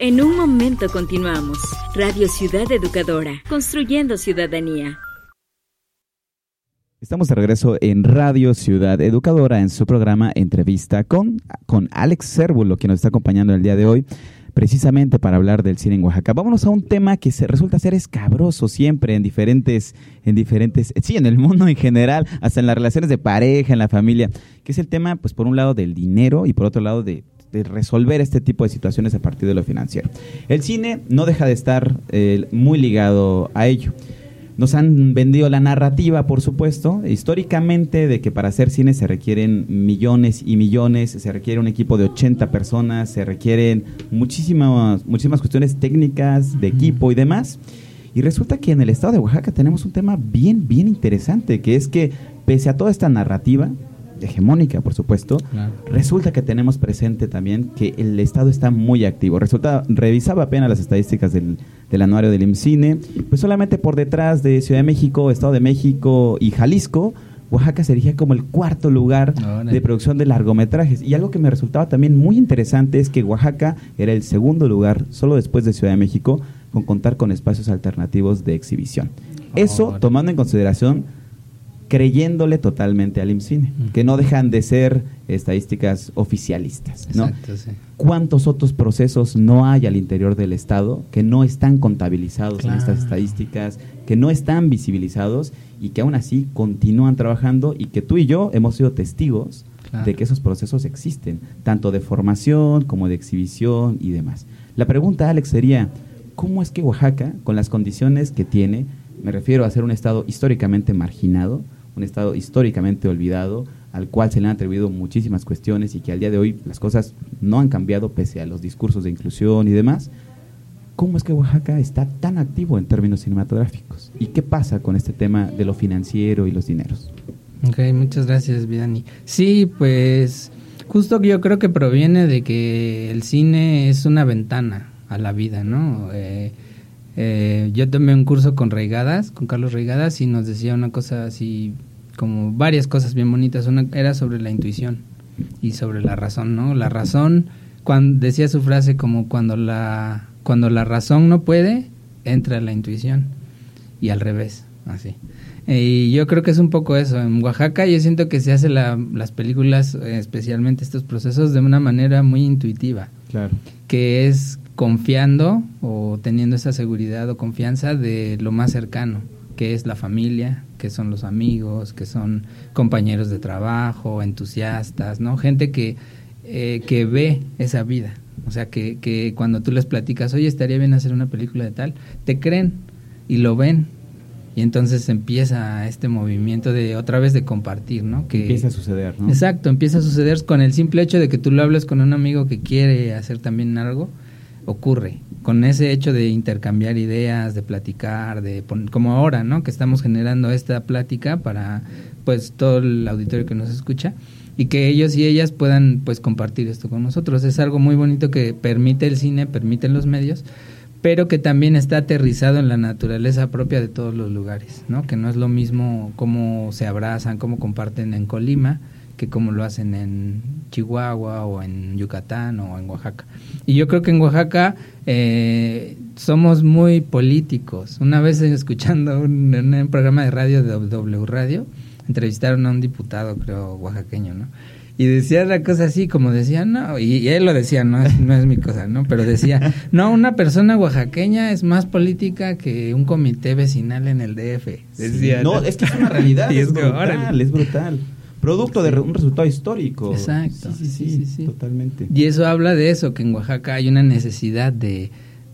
En un momento continuamos. Radio Ciudad Educadora, construyendo ciudadanía. Estamos de regreso en Radio Ciudad Educadora en su programa Entrevista con, con Alex Cérvulo, quien nos está acompañando el día de hoy, precisamente para hablar del cine en Oaxaca. Vámonos a un tema que se resulta ser escabroso siempre en diferentes, en diferentes, sí, en el mundo en general, hasta en las relaciones de pareja, en la familia, que es el tema, pues por un lado del dinero y por otro lado de de resolver este tipo de situaciones a partir de lo financiero. El cine no deja de estar eh, muy ligado a ello. Nos han vendido la narrativa, por supuesto, históricamente, de que para hacer cine se requieren millones y millones, se requiere un equipo de ochenta personas, se requieren muchísimas, muchísimas cuestiones técnicas, de equipo y demás. Y resulta que en el estado de Oaxaca tenemos un tema bien, bien interesante, que es que pese a toda esta narrativa hegemónica, por supuesto, claro, resulta que tenemos presente también que el Estado está muy activo. Resulta, revisaba apenas las estadísticas del, del anuario del IMCINE, pues solamente por detrás de Ciudad de México, Estado de México y Jalisco, Oaxaca se erigía como el cuarto lugar oh, de producción de largometrajes. Y algo que me resultaba también muy interesante es que Oaxaca era el segundo lugar, solo después de Ciudad de México, con contar con espacios alternativos de exhibición. Oh, Eso oh, tomando en consideración, creyéndole totalmente al IMCINE, uh-huh, que no dejan de ser estadísticas oficialistas, ¿no? Exacto, sí. ¿Cuántos otros procesos no hay al interior del Estado que no están contabilizados claro. en estas estadísticas, que no están visibilizados y que aún así continúan trabajando y que tú y yo hemos sido testigos claro. de que esos procesos existen, tanto de formación como de exhibición y demás? La pregunta, Alex, sería, ¿cómo es que Oaxaca, con las condiciones que tiene, me refiero a ser un estado históricamente marginado, un estado históricamente olvidado, al cual se le han atribuido muchísimas cuestiones y que al día de hoy las cosas no han cambiado pese a los discursos de inclusión y demás? ¿Cómo es que Oaxaca está tan activo en términos cinematográficos? ¿Y qué pasa con este tema de lo financiero y los dineros? Ok, muchas gracias, Vidani. Sí, pues justo yo creo que proviene de que el cine es una ventana a la vida, ¿no? Eh, Eh, yo tomé un curso con Reigadas, con Carlos Reigadas, y nos decía una cosa así, como varias cosas bien bonitas. Una era sobre la intuición y sobre la razón, ¿no? La razón, cuando decía su frase como cuando la cuando la razón no puede, entra la intuición, y al revés, así. Y yo creo que es un poco eso. En Oaxaca yo siento que se hace la, las películas, especialmente estos procesos, de una manera muy intuitiva. Claro. Que es confiando o teniendo esa seguridad o confianza de lo más cercano, que es la familia, que son los amigos, que son compañeros de trabajo, entusiastas, ¿no? Gente que, eh, que ve esa vida. O sea, que, que cuando tú les platicas, oye, estaría bien hacer una película de tal, te creen y lo ven. Y entonces empieza este movimiento de otra vez de compartir, ¿no? Que empieza a suceder, ¿no? Exacto, empieza a suceder con el simple hecho de que tú lo hables con un amigo que quiere hacer también algo, ocurre. Con ese hecho de intercambiar ideas, de platicar, de pon- como ahora, ¿no? Que estamos generando esta plática para pues todo el auditorio que nos escucha y que ellos y ellas puedan pues compartir esto con nosotros. Es algo muy bonito que permite el cine, permiten los medios, pero que también está aterrizado en la naturaleza propia de todos los lugares, ¿no? Que no es lo mismo cómo se abrazan, cómo comparten en Colima, que como lo hacen en Chihuahua o en Yucatán o en Oaxaca. Y yo creo que en Oaxaca eh, somos muy políticos. Una vez escuchando un, en un programa de radio de W Radio, entrevistaron a un diputado, creo, oaxaqueño, ¿no? Y decía la cosa así, como decía, no, y, y él lo decía, no es, no es mi cosa, ¿no? Pero decía, no, una persona oaxaqueña es más política que un comité vecinal en el D F. Decía, sí, no, ¿no? Es que es una realidad, es, es brutal, es brutal. Producto sí. de un resultado histórico. Exacto. Sí sí sí, sí, sí, sí, totalmente. Y eso habla de eso, que en Oaxaca hay una necesidad de,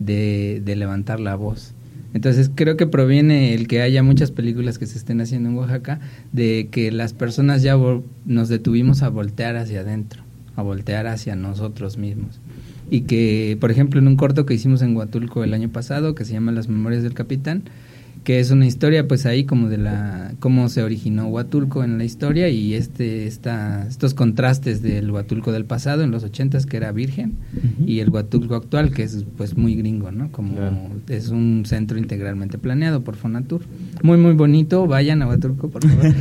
de, de levantar la voz. Entonces creo que proviene el que haya muchas películas que se estén haciendo en Oaxaca, de que las personas ya vo- nos detuvimos a voltear hacia adentro, a voltear hacia nosotros mismos. Y que, por ejemplo, en un corto que hicimos en Huatulco el año pasado, que se llama Las Memorias del Capitán, que es una historia pues ahí como de la cómo se originó Huatulco en la historia y este esta, estos contrastes del Huatulco del pasado en los ochentas que era virgen uh-huh. y el Huatulco actual que es pues muy gringo, ¿no? Como claro. es un centro integralmente planeado por Fonatur. Muy muy bonito, vayan a Huatulco por favor.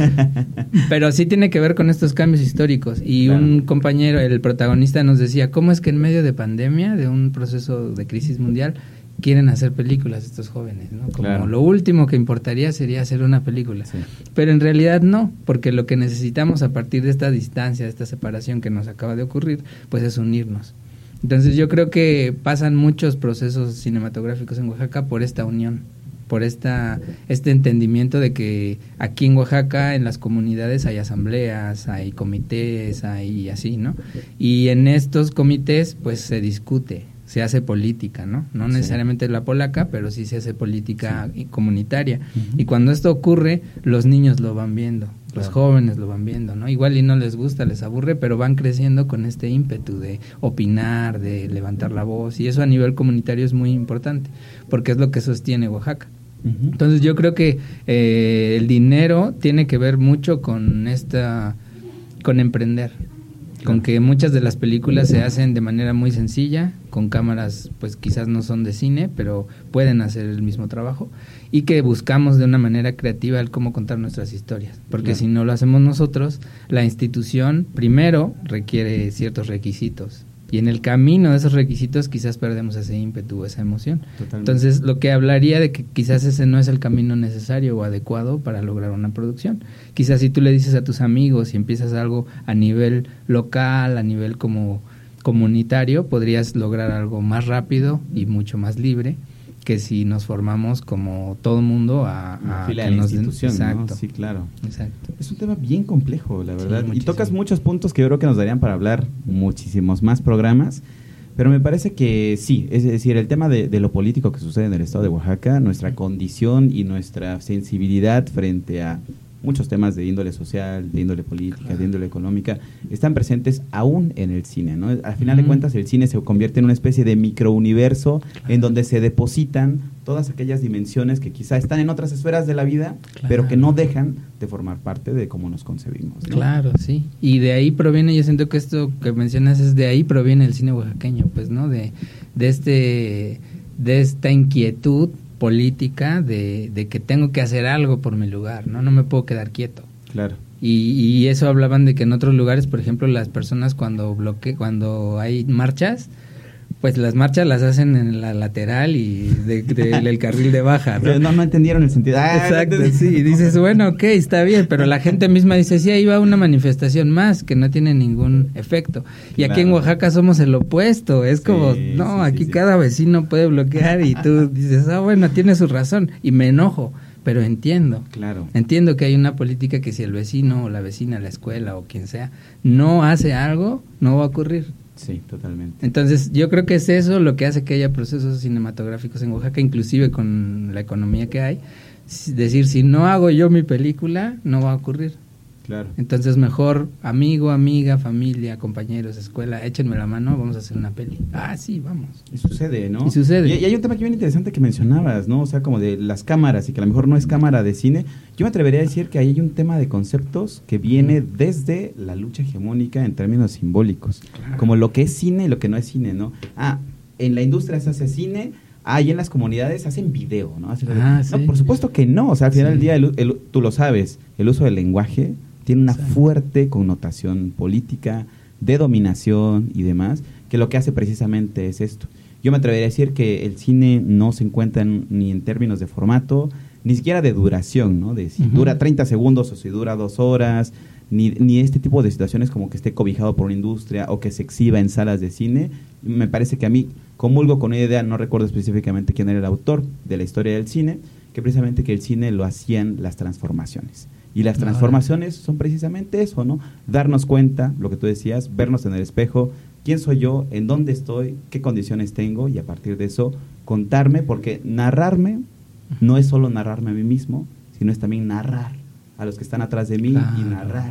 Pero sí tiene que ver con estos cambios históricos y claro. un compañero, el protagonista nos decía, ¿cómo es que en medio de pandemia, de un proceso de crisis mundial, quieren hacer películas estos jóvenes, ¿no? Como claro. lo último que importaría sería hacer una película. Sí. Pero en realidad no, porque lo que necesitamos a partir de esta distancia, de esta separación que nos acaba de ocurrir, pues es unirnos. Entonces yo creo que pasan muchos procesos cinematográficos en Oaxaca por esta unión, por esta este entendimiento de que aquí en Oaxaca, en las comunidades hay asambleas, hay comités, hay así, ¿no? Y en estos comités pues se discute, se hace política, ¿no? No sí. necesariamente la polaca, pero sí se hace política sí. comunitaria. Uh-huh. Y cuando esto ocurre, los niños lo van viendo, claro. los jóvenes lo van viendo, ¿no? Igual y no les gusta, les aburre, pero van creciendo con este ímpetu de opinar, de levantar la voz, y eso a nivel comunitario es muy importante, porque es lo que sostiene Oaxaca. Uh-huh. Entonces yo creo que eh, el dinero tiene que ver mucho con esta, con emprender. Con que muchas de las películas se hacen de manera muy sencilla, con cámaras pues quizás no son de cine, pero pueden hacer el mismo trabajo, y que buscamos de una manera creativa el cómo contar nuestras historias, porque claro. si no lo hacemos nosotros, la institución primero requiere ciertos requisitos, y en el camino de esos requisitos quizás perdemos ese ímpetu, esa emoción. Totalmente. Entonces lo que hablaría de que quizás ese no es el camino necesario o adecuado para lograr una producción. Quizás si tú le dices a tus amigos y empiezas algo a nivel local, a nivel como comunitario, podrías lograr algo más rápido y mucho más libre que si nos formamos como todo mundo a, a fila que de la nos institución, den, exacto. ¿no? Sí, claro. Exacto. Es un tema bien complejo, la verdad. Sí, y tocas muchos puntos que yo creo que nos darían para hablar muchísimos más programas. Pero me parece que sí, es decir, el tema de, de lo político que sucede en el estado de Oaxaca, nuestra condición y nuestra sensibilidad frente a muchos temas de índole social, de índole política, claro. de índole económica, están presentes aún en el cine, ¿no? Al final uh-huh. de cuentas, el cine se convierte en una especie de microuniverso claro. en donde se depositan todas aquellas dimensiones que quizá están en otras esferas de la vida, claro. pero que no dejan de formar parte de cómo nos concebimos, ¿no? Claro, sí. Y de ahí proviene, yo siento que esto que mencionas es de ahí proviene el cine oaxaqueño, pues, ¿no? De, de este, de esta inquietud política de, de que tengo que hacer algo por mi lugar, no no me puedo quedar quieto. Claro. Y, y eso hablaban de que en otros lugares, por ejemplo, las personas cuando bloque cuando hay marchas, pues las marchas las hacen en la lateral y de, de, de, del carril de baja, ¿no? Pero no, no entendieron el sentido. Ah, exacto, sí, y dices, bueno, ok, está bien, pero la gente misma dice, sí, ahí va una manifestación más que no tiene ningún efecto. Y claro. aquí en Oaxaca somos el opuesto, es sí, como, no, sí, aquí sí, cada sí. vecino puede bloquear y tú dices, ah, bueno, tiene su razón, y me enojo, pero entiendo. Claro. Entiendo que hay una política que si el vecino o la vecina, la escuela o quien sea, no hace algo, no va a ocurrir. Sí, totalmente. Entonces, yo creo que es eso lo que hace que haya procesos cinematográficos en Oaxaca, inclusive con la economía que hay. Es decir, si no hago yo mi película, no va a ocurrir. Claro. Entonces, mejor amigo, amiga, familia, compañeros, escuela, échenme la mano, vamos a hacer una peli. Ah, sí, vamos. Y sucede, ¿no? Y sucede. Y, y hay un tema que bien interesante que mencionabas, ¿no? O sea, como de las cámaras y que a lo mejor no es cámara de cine. Yo me atrevería a decir que ahí hay un tema de conceptos que viene desde la lucha hegemónica en términos simbólicos. Claro. Como lo que es cine y lo que no es cine, ¿no? Ah, en la industria se hace cine. Ah, y en las comunidades hacen video, ¿no? Hacen ah, no, sí. por supuesto que no. O sea, al final sí. del día, el, el, tú lo sabes, el uso del lenguaje tiene una sí. fuerte connotación política, de dominación y demás, que lo que hace precisamente es esto. Yo me atrevería a decir que el cine no se encuentra en, ni en términos de formato, ni siquiera de duración, ¿no? De si uh-huh. dura treinta segundos o si dura dos horas, ni, ni este tipo de situaciones como que esté cobijado por una industria o que se exhiba en salas de cine. Me parece que a mí comulgo con una idea, no recuerdo específicamente quién era el autor de la historia del cine, que precisamente que el cine lo hacían las transformaciones. Y las transformaciones son precisamente eso, ¿no? Darnos cuenta, lo que tú decías, vernos en el espejo, quién soy yo, en dónde estoy, qué condiciones tengo, y a partir de eso contarme, porque narrarme no es solo narrarme a mí mismo, sino es también narrar a los que están atrás de mí claro. y narrar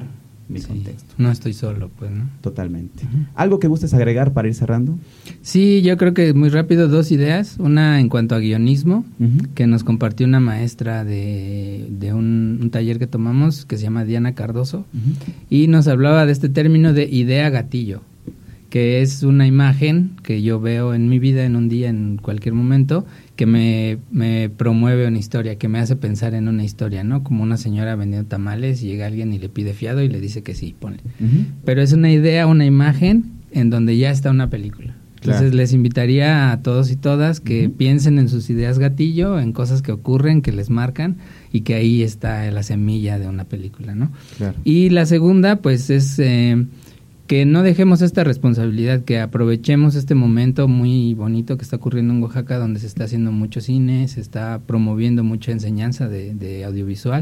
mi sí, contexto. No estoy solo, pues, ¿no? Totalmente. Uh-huh. ¿Algo que gustes agregar para ir cerrando? Sí, yo creo que muy rápido dos ideas. Una en cuanto a guionismo, uh-huh. que nos compartió una maestra de, de un, un taller que tomamos que se llama Diana Cardoso, uh-huh. y nos hablaba de este término de idea gatillo, que es una imagen que yo veo en mi vida en un día, en cualquier momento, que me, me promueve una historia, que me hace pensar en una historia, ¿no? Como una señora vendiendo tamales y llega alguien y le pide fiado y le dice que sí, ponle. Uh-huh. Pero es una idea, una imagen en donde ya está una película. Entonces claro. les invitaría a todos y todas que uh-huh. piensen en sus ideas gatillo, en cosas que ocurren, que les marcan y que ahí está la semilla de una película, ¿no? Claro. Y la segunda, pues es... Eh, que no dejemos esta responsabilidad, que aprovechemos este momento muy bonito que está ocurriendo en Oaxaca, donde se está haciendo mucho cine, se está promoviendo mucha enseñanza de, de audiovisual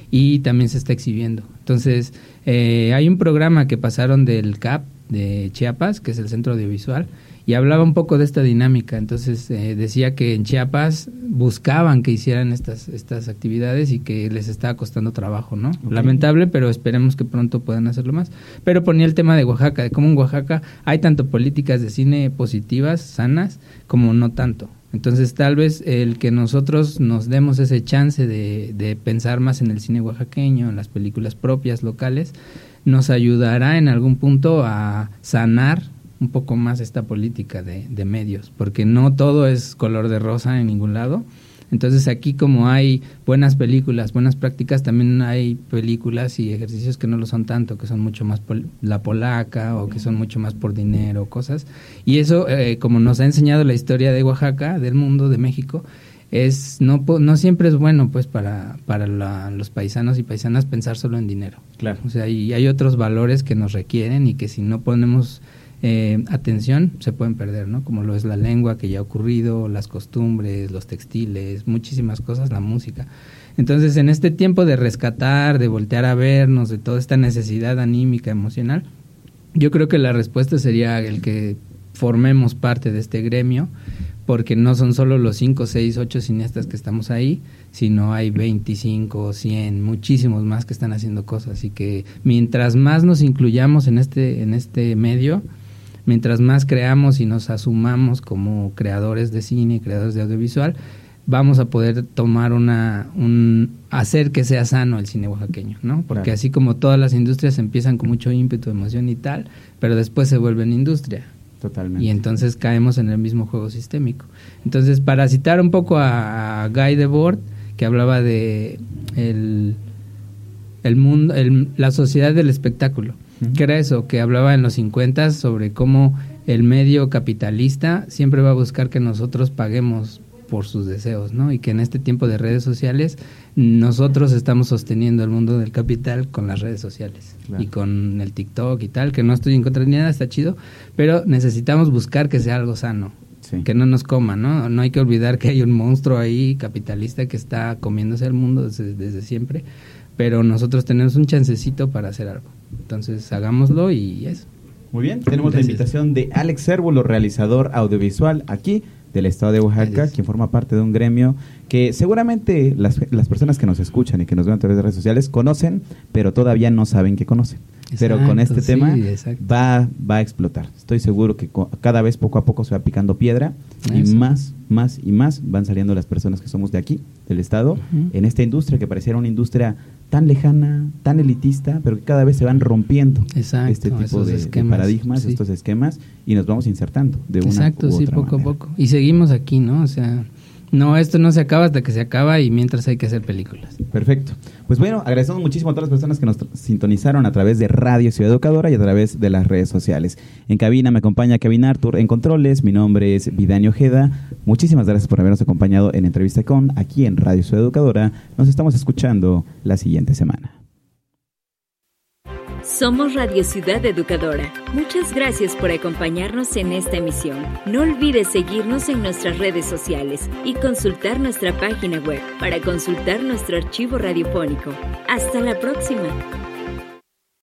y también se está exhibiendo. Entonces, eh, hay un programa que pasaron del C A P de Chiapas, que es el Centro Audiovisual, y hablaba un poco de esta dinámica. Entonces eh, decía que en Chiapas buscaban que hicieran estas estas actividades y que les estaba costando trabajo, ¿no? Okay. Lamentable, pero esperemos que pronto puedan hacerlo más. Pero ponía el tema de Oaxaca, de cómo en Oaxaca hay tanto políticas de cine positivas, sanas, como no tanto. Entonces tal vez el que nosotros nos demos ese chance de, de pensar más en el cine oaxaqueño, en las películas propias, locales, nos ayudará en algún punto a sanar un poco más esta política de, de medios, porque no todo es color de rosa en ningún lado. Entonces aquí, como hay buenas películas, buenas prácticas, también hay películas y ejercicios que no lo son tanto, que son mucho más pol- la polaca, o que son mucho más por dinero, cosas. Y eso, eh, como nos ha enseñado la historia de Oaxaca, del mundo, de México, es no no siempre es bueno, pues, para para la, los paisanos y paisanas pensar solo en dinero. Claro. O sea, y hay otros valores que nos requieren y que si no ponemos Eh, atención, se pueden perder, ¿no? Como lo es la lengua, que ya ha ocurrido, las costumbres, los textiles, muchísimas cosas, la música. Entonces, en este tiempo de rescatar, de voltear a vernos, de toda esta necesidad anímica, emocional, yo creo que la respuesta sería el que formemos parte de este gremio, porque no son solo los cinco, seis, ocho cineastas que estamos ahí, sino hay veinticinco, cien, muchísimos más que están haciendo cosas, y que mientras más nos incluyamos en este en este medio, mientras más creamos y nos asumamos como creadores de cine, creadores de audiovisual, vamos a poder tomar una, un, hacer que sea sano el cine oaxaqueño, ¿no? Porque claro. así como todas las industrias empiezan con mucho ímpetu, emoción y tal, pero después se vuelven industria. Totalmente. Y entonces caemos en el mismo juego sistémico. Entonces, para citar un poco a, a Guy Debord, que hablaba de el, el mundo, el, la sociedad del espectáculo, ¿qué era eso? Que hablaba en los cincuenta sobre cómo el medio capitalista siempre va a buscar que nosotros paguemos por sus deseos, ¿no? Y que en este tiempo de redes sociales nosotros estamos sosteniendo el mundo del capital con las redes sociales. Claro. Y con el TikTok y tal, que no estoy en contra de nada, está chido, pero necesitamos buscar que sea algo sano, sí. que no nos coma, ¿no? No hay que olvidar que hay un monstruo ahí capitalista que está comiéndose el mundo desde, desde siempre, pero nosotros tenemos un chancecito para hacer algo. Entonces, hagámoslo y eso. Muy bien, tenemos Gracias. La invitación de Alex Cérvulo, realizador audiovisual aquí del estado de Oaxaca, Gracias. Quien forma parte de un gremio que seguramente las, las personas que nos escuchan y que nos ven a través de redes sociales conocen, pero todavía no saben que conocen. Exacto, pero con este sí, tema va, va a explotar. Estoy seguro que co- cada vez poco a poco se va picando piedra. Eso. Y más, más y más van saliendo las personas que somos de aquí, del estado, uh-huh. en esta industria que pareciera una industria tan lejana, tan elitista, pero que cada vez se van rompiendo Exacto, este tipo de, de paradigmas, sí. estos esquemas, y nos vamos insertando de una Exacto, u sí, otra poco manera. a poco. Y seguimos aquí, ¿no? O sea, no, esto no se acaba hasta que se acaba, y mientras hay que hacer películas. Perfecto. Pues bueno, agradecemos muchísimo a todas las personas que nos tra- sintonizaron a través de Radio Ciudad Educadora y a través de las redes sociales. En cabina me acompaña Kevin Arthur en controles. Mi nombre es Vidani Ojeda. Muchísimas gracias por habernos acompañado en Entrevista con, aquí en Radio Ciudad Educadora. Nos estamos escuchando la siguiente semana. Somos Radio Ciudad Educadora. Muchas gracias por acompañarnos en esta emisión. No olvides seguirnos en nuestras redes sociales y consultar nuestra página web para consultar nuestro archivo radiofónico. Hasta la próxima.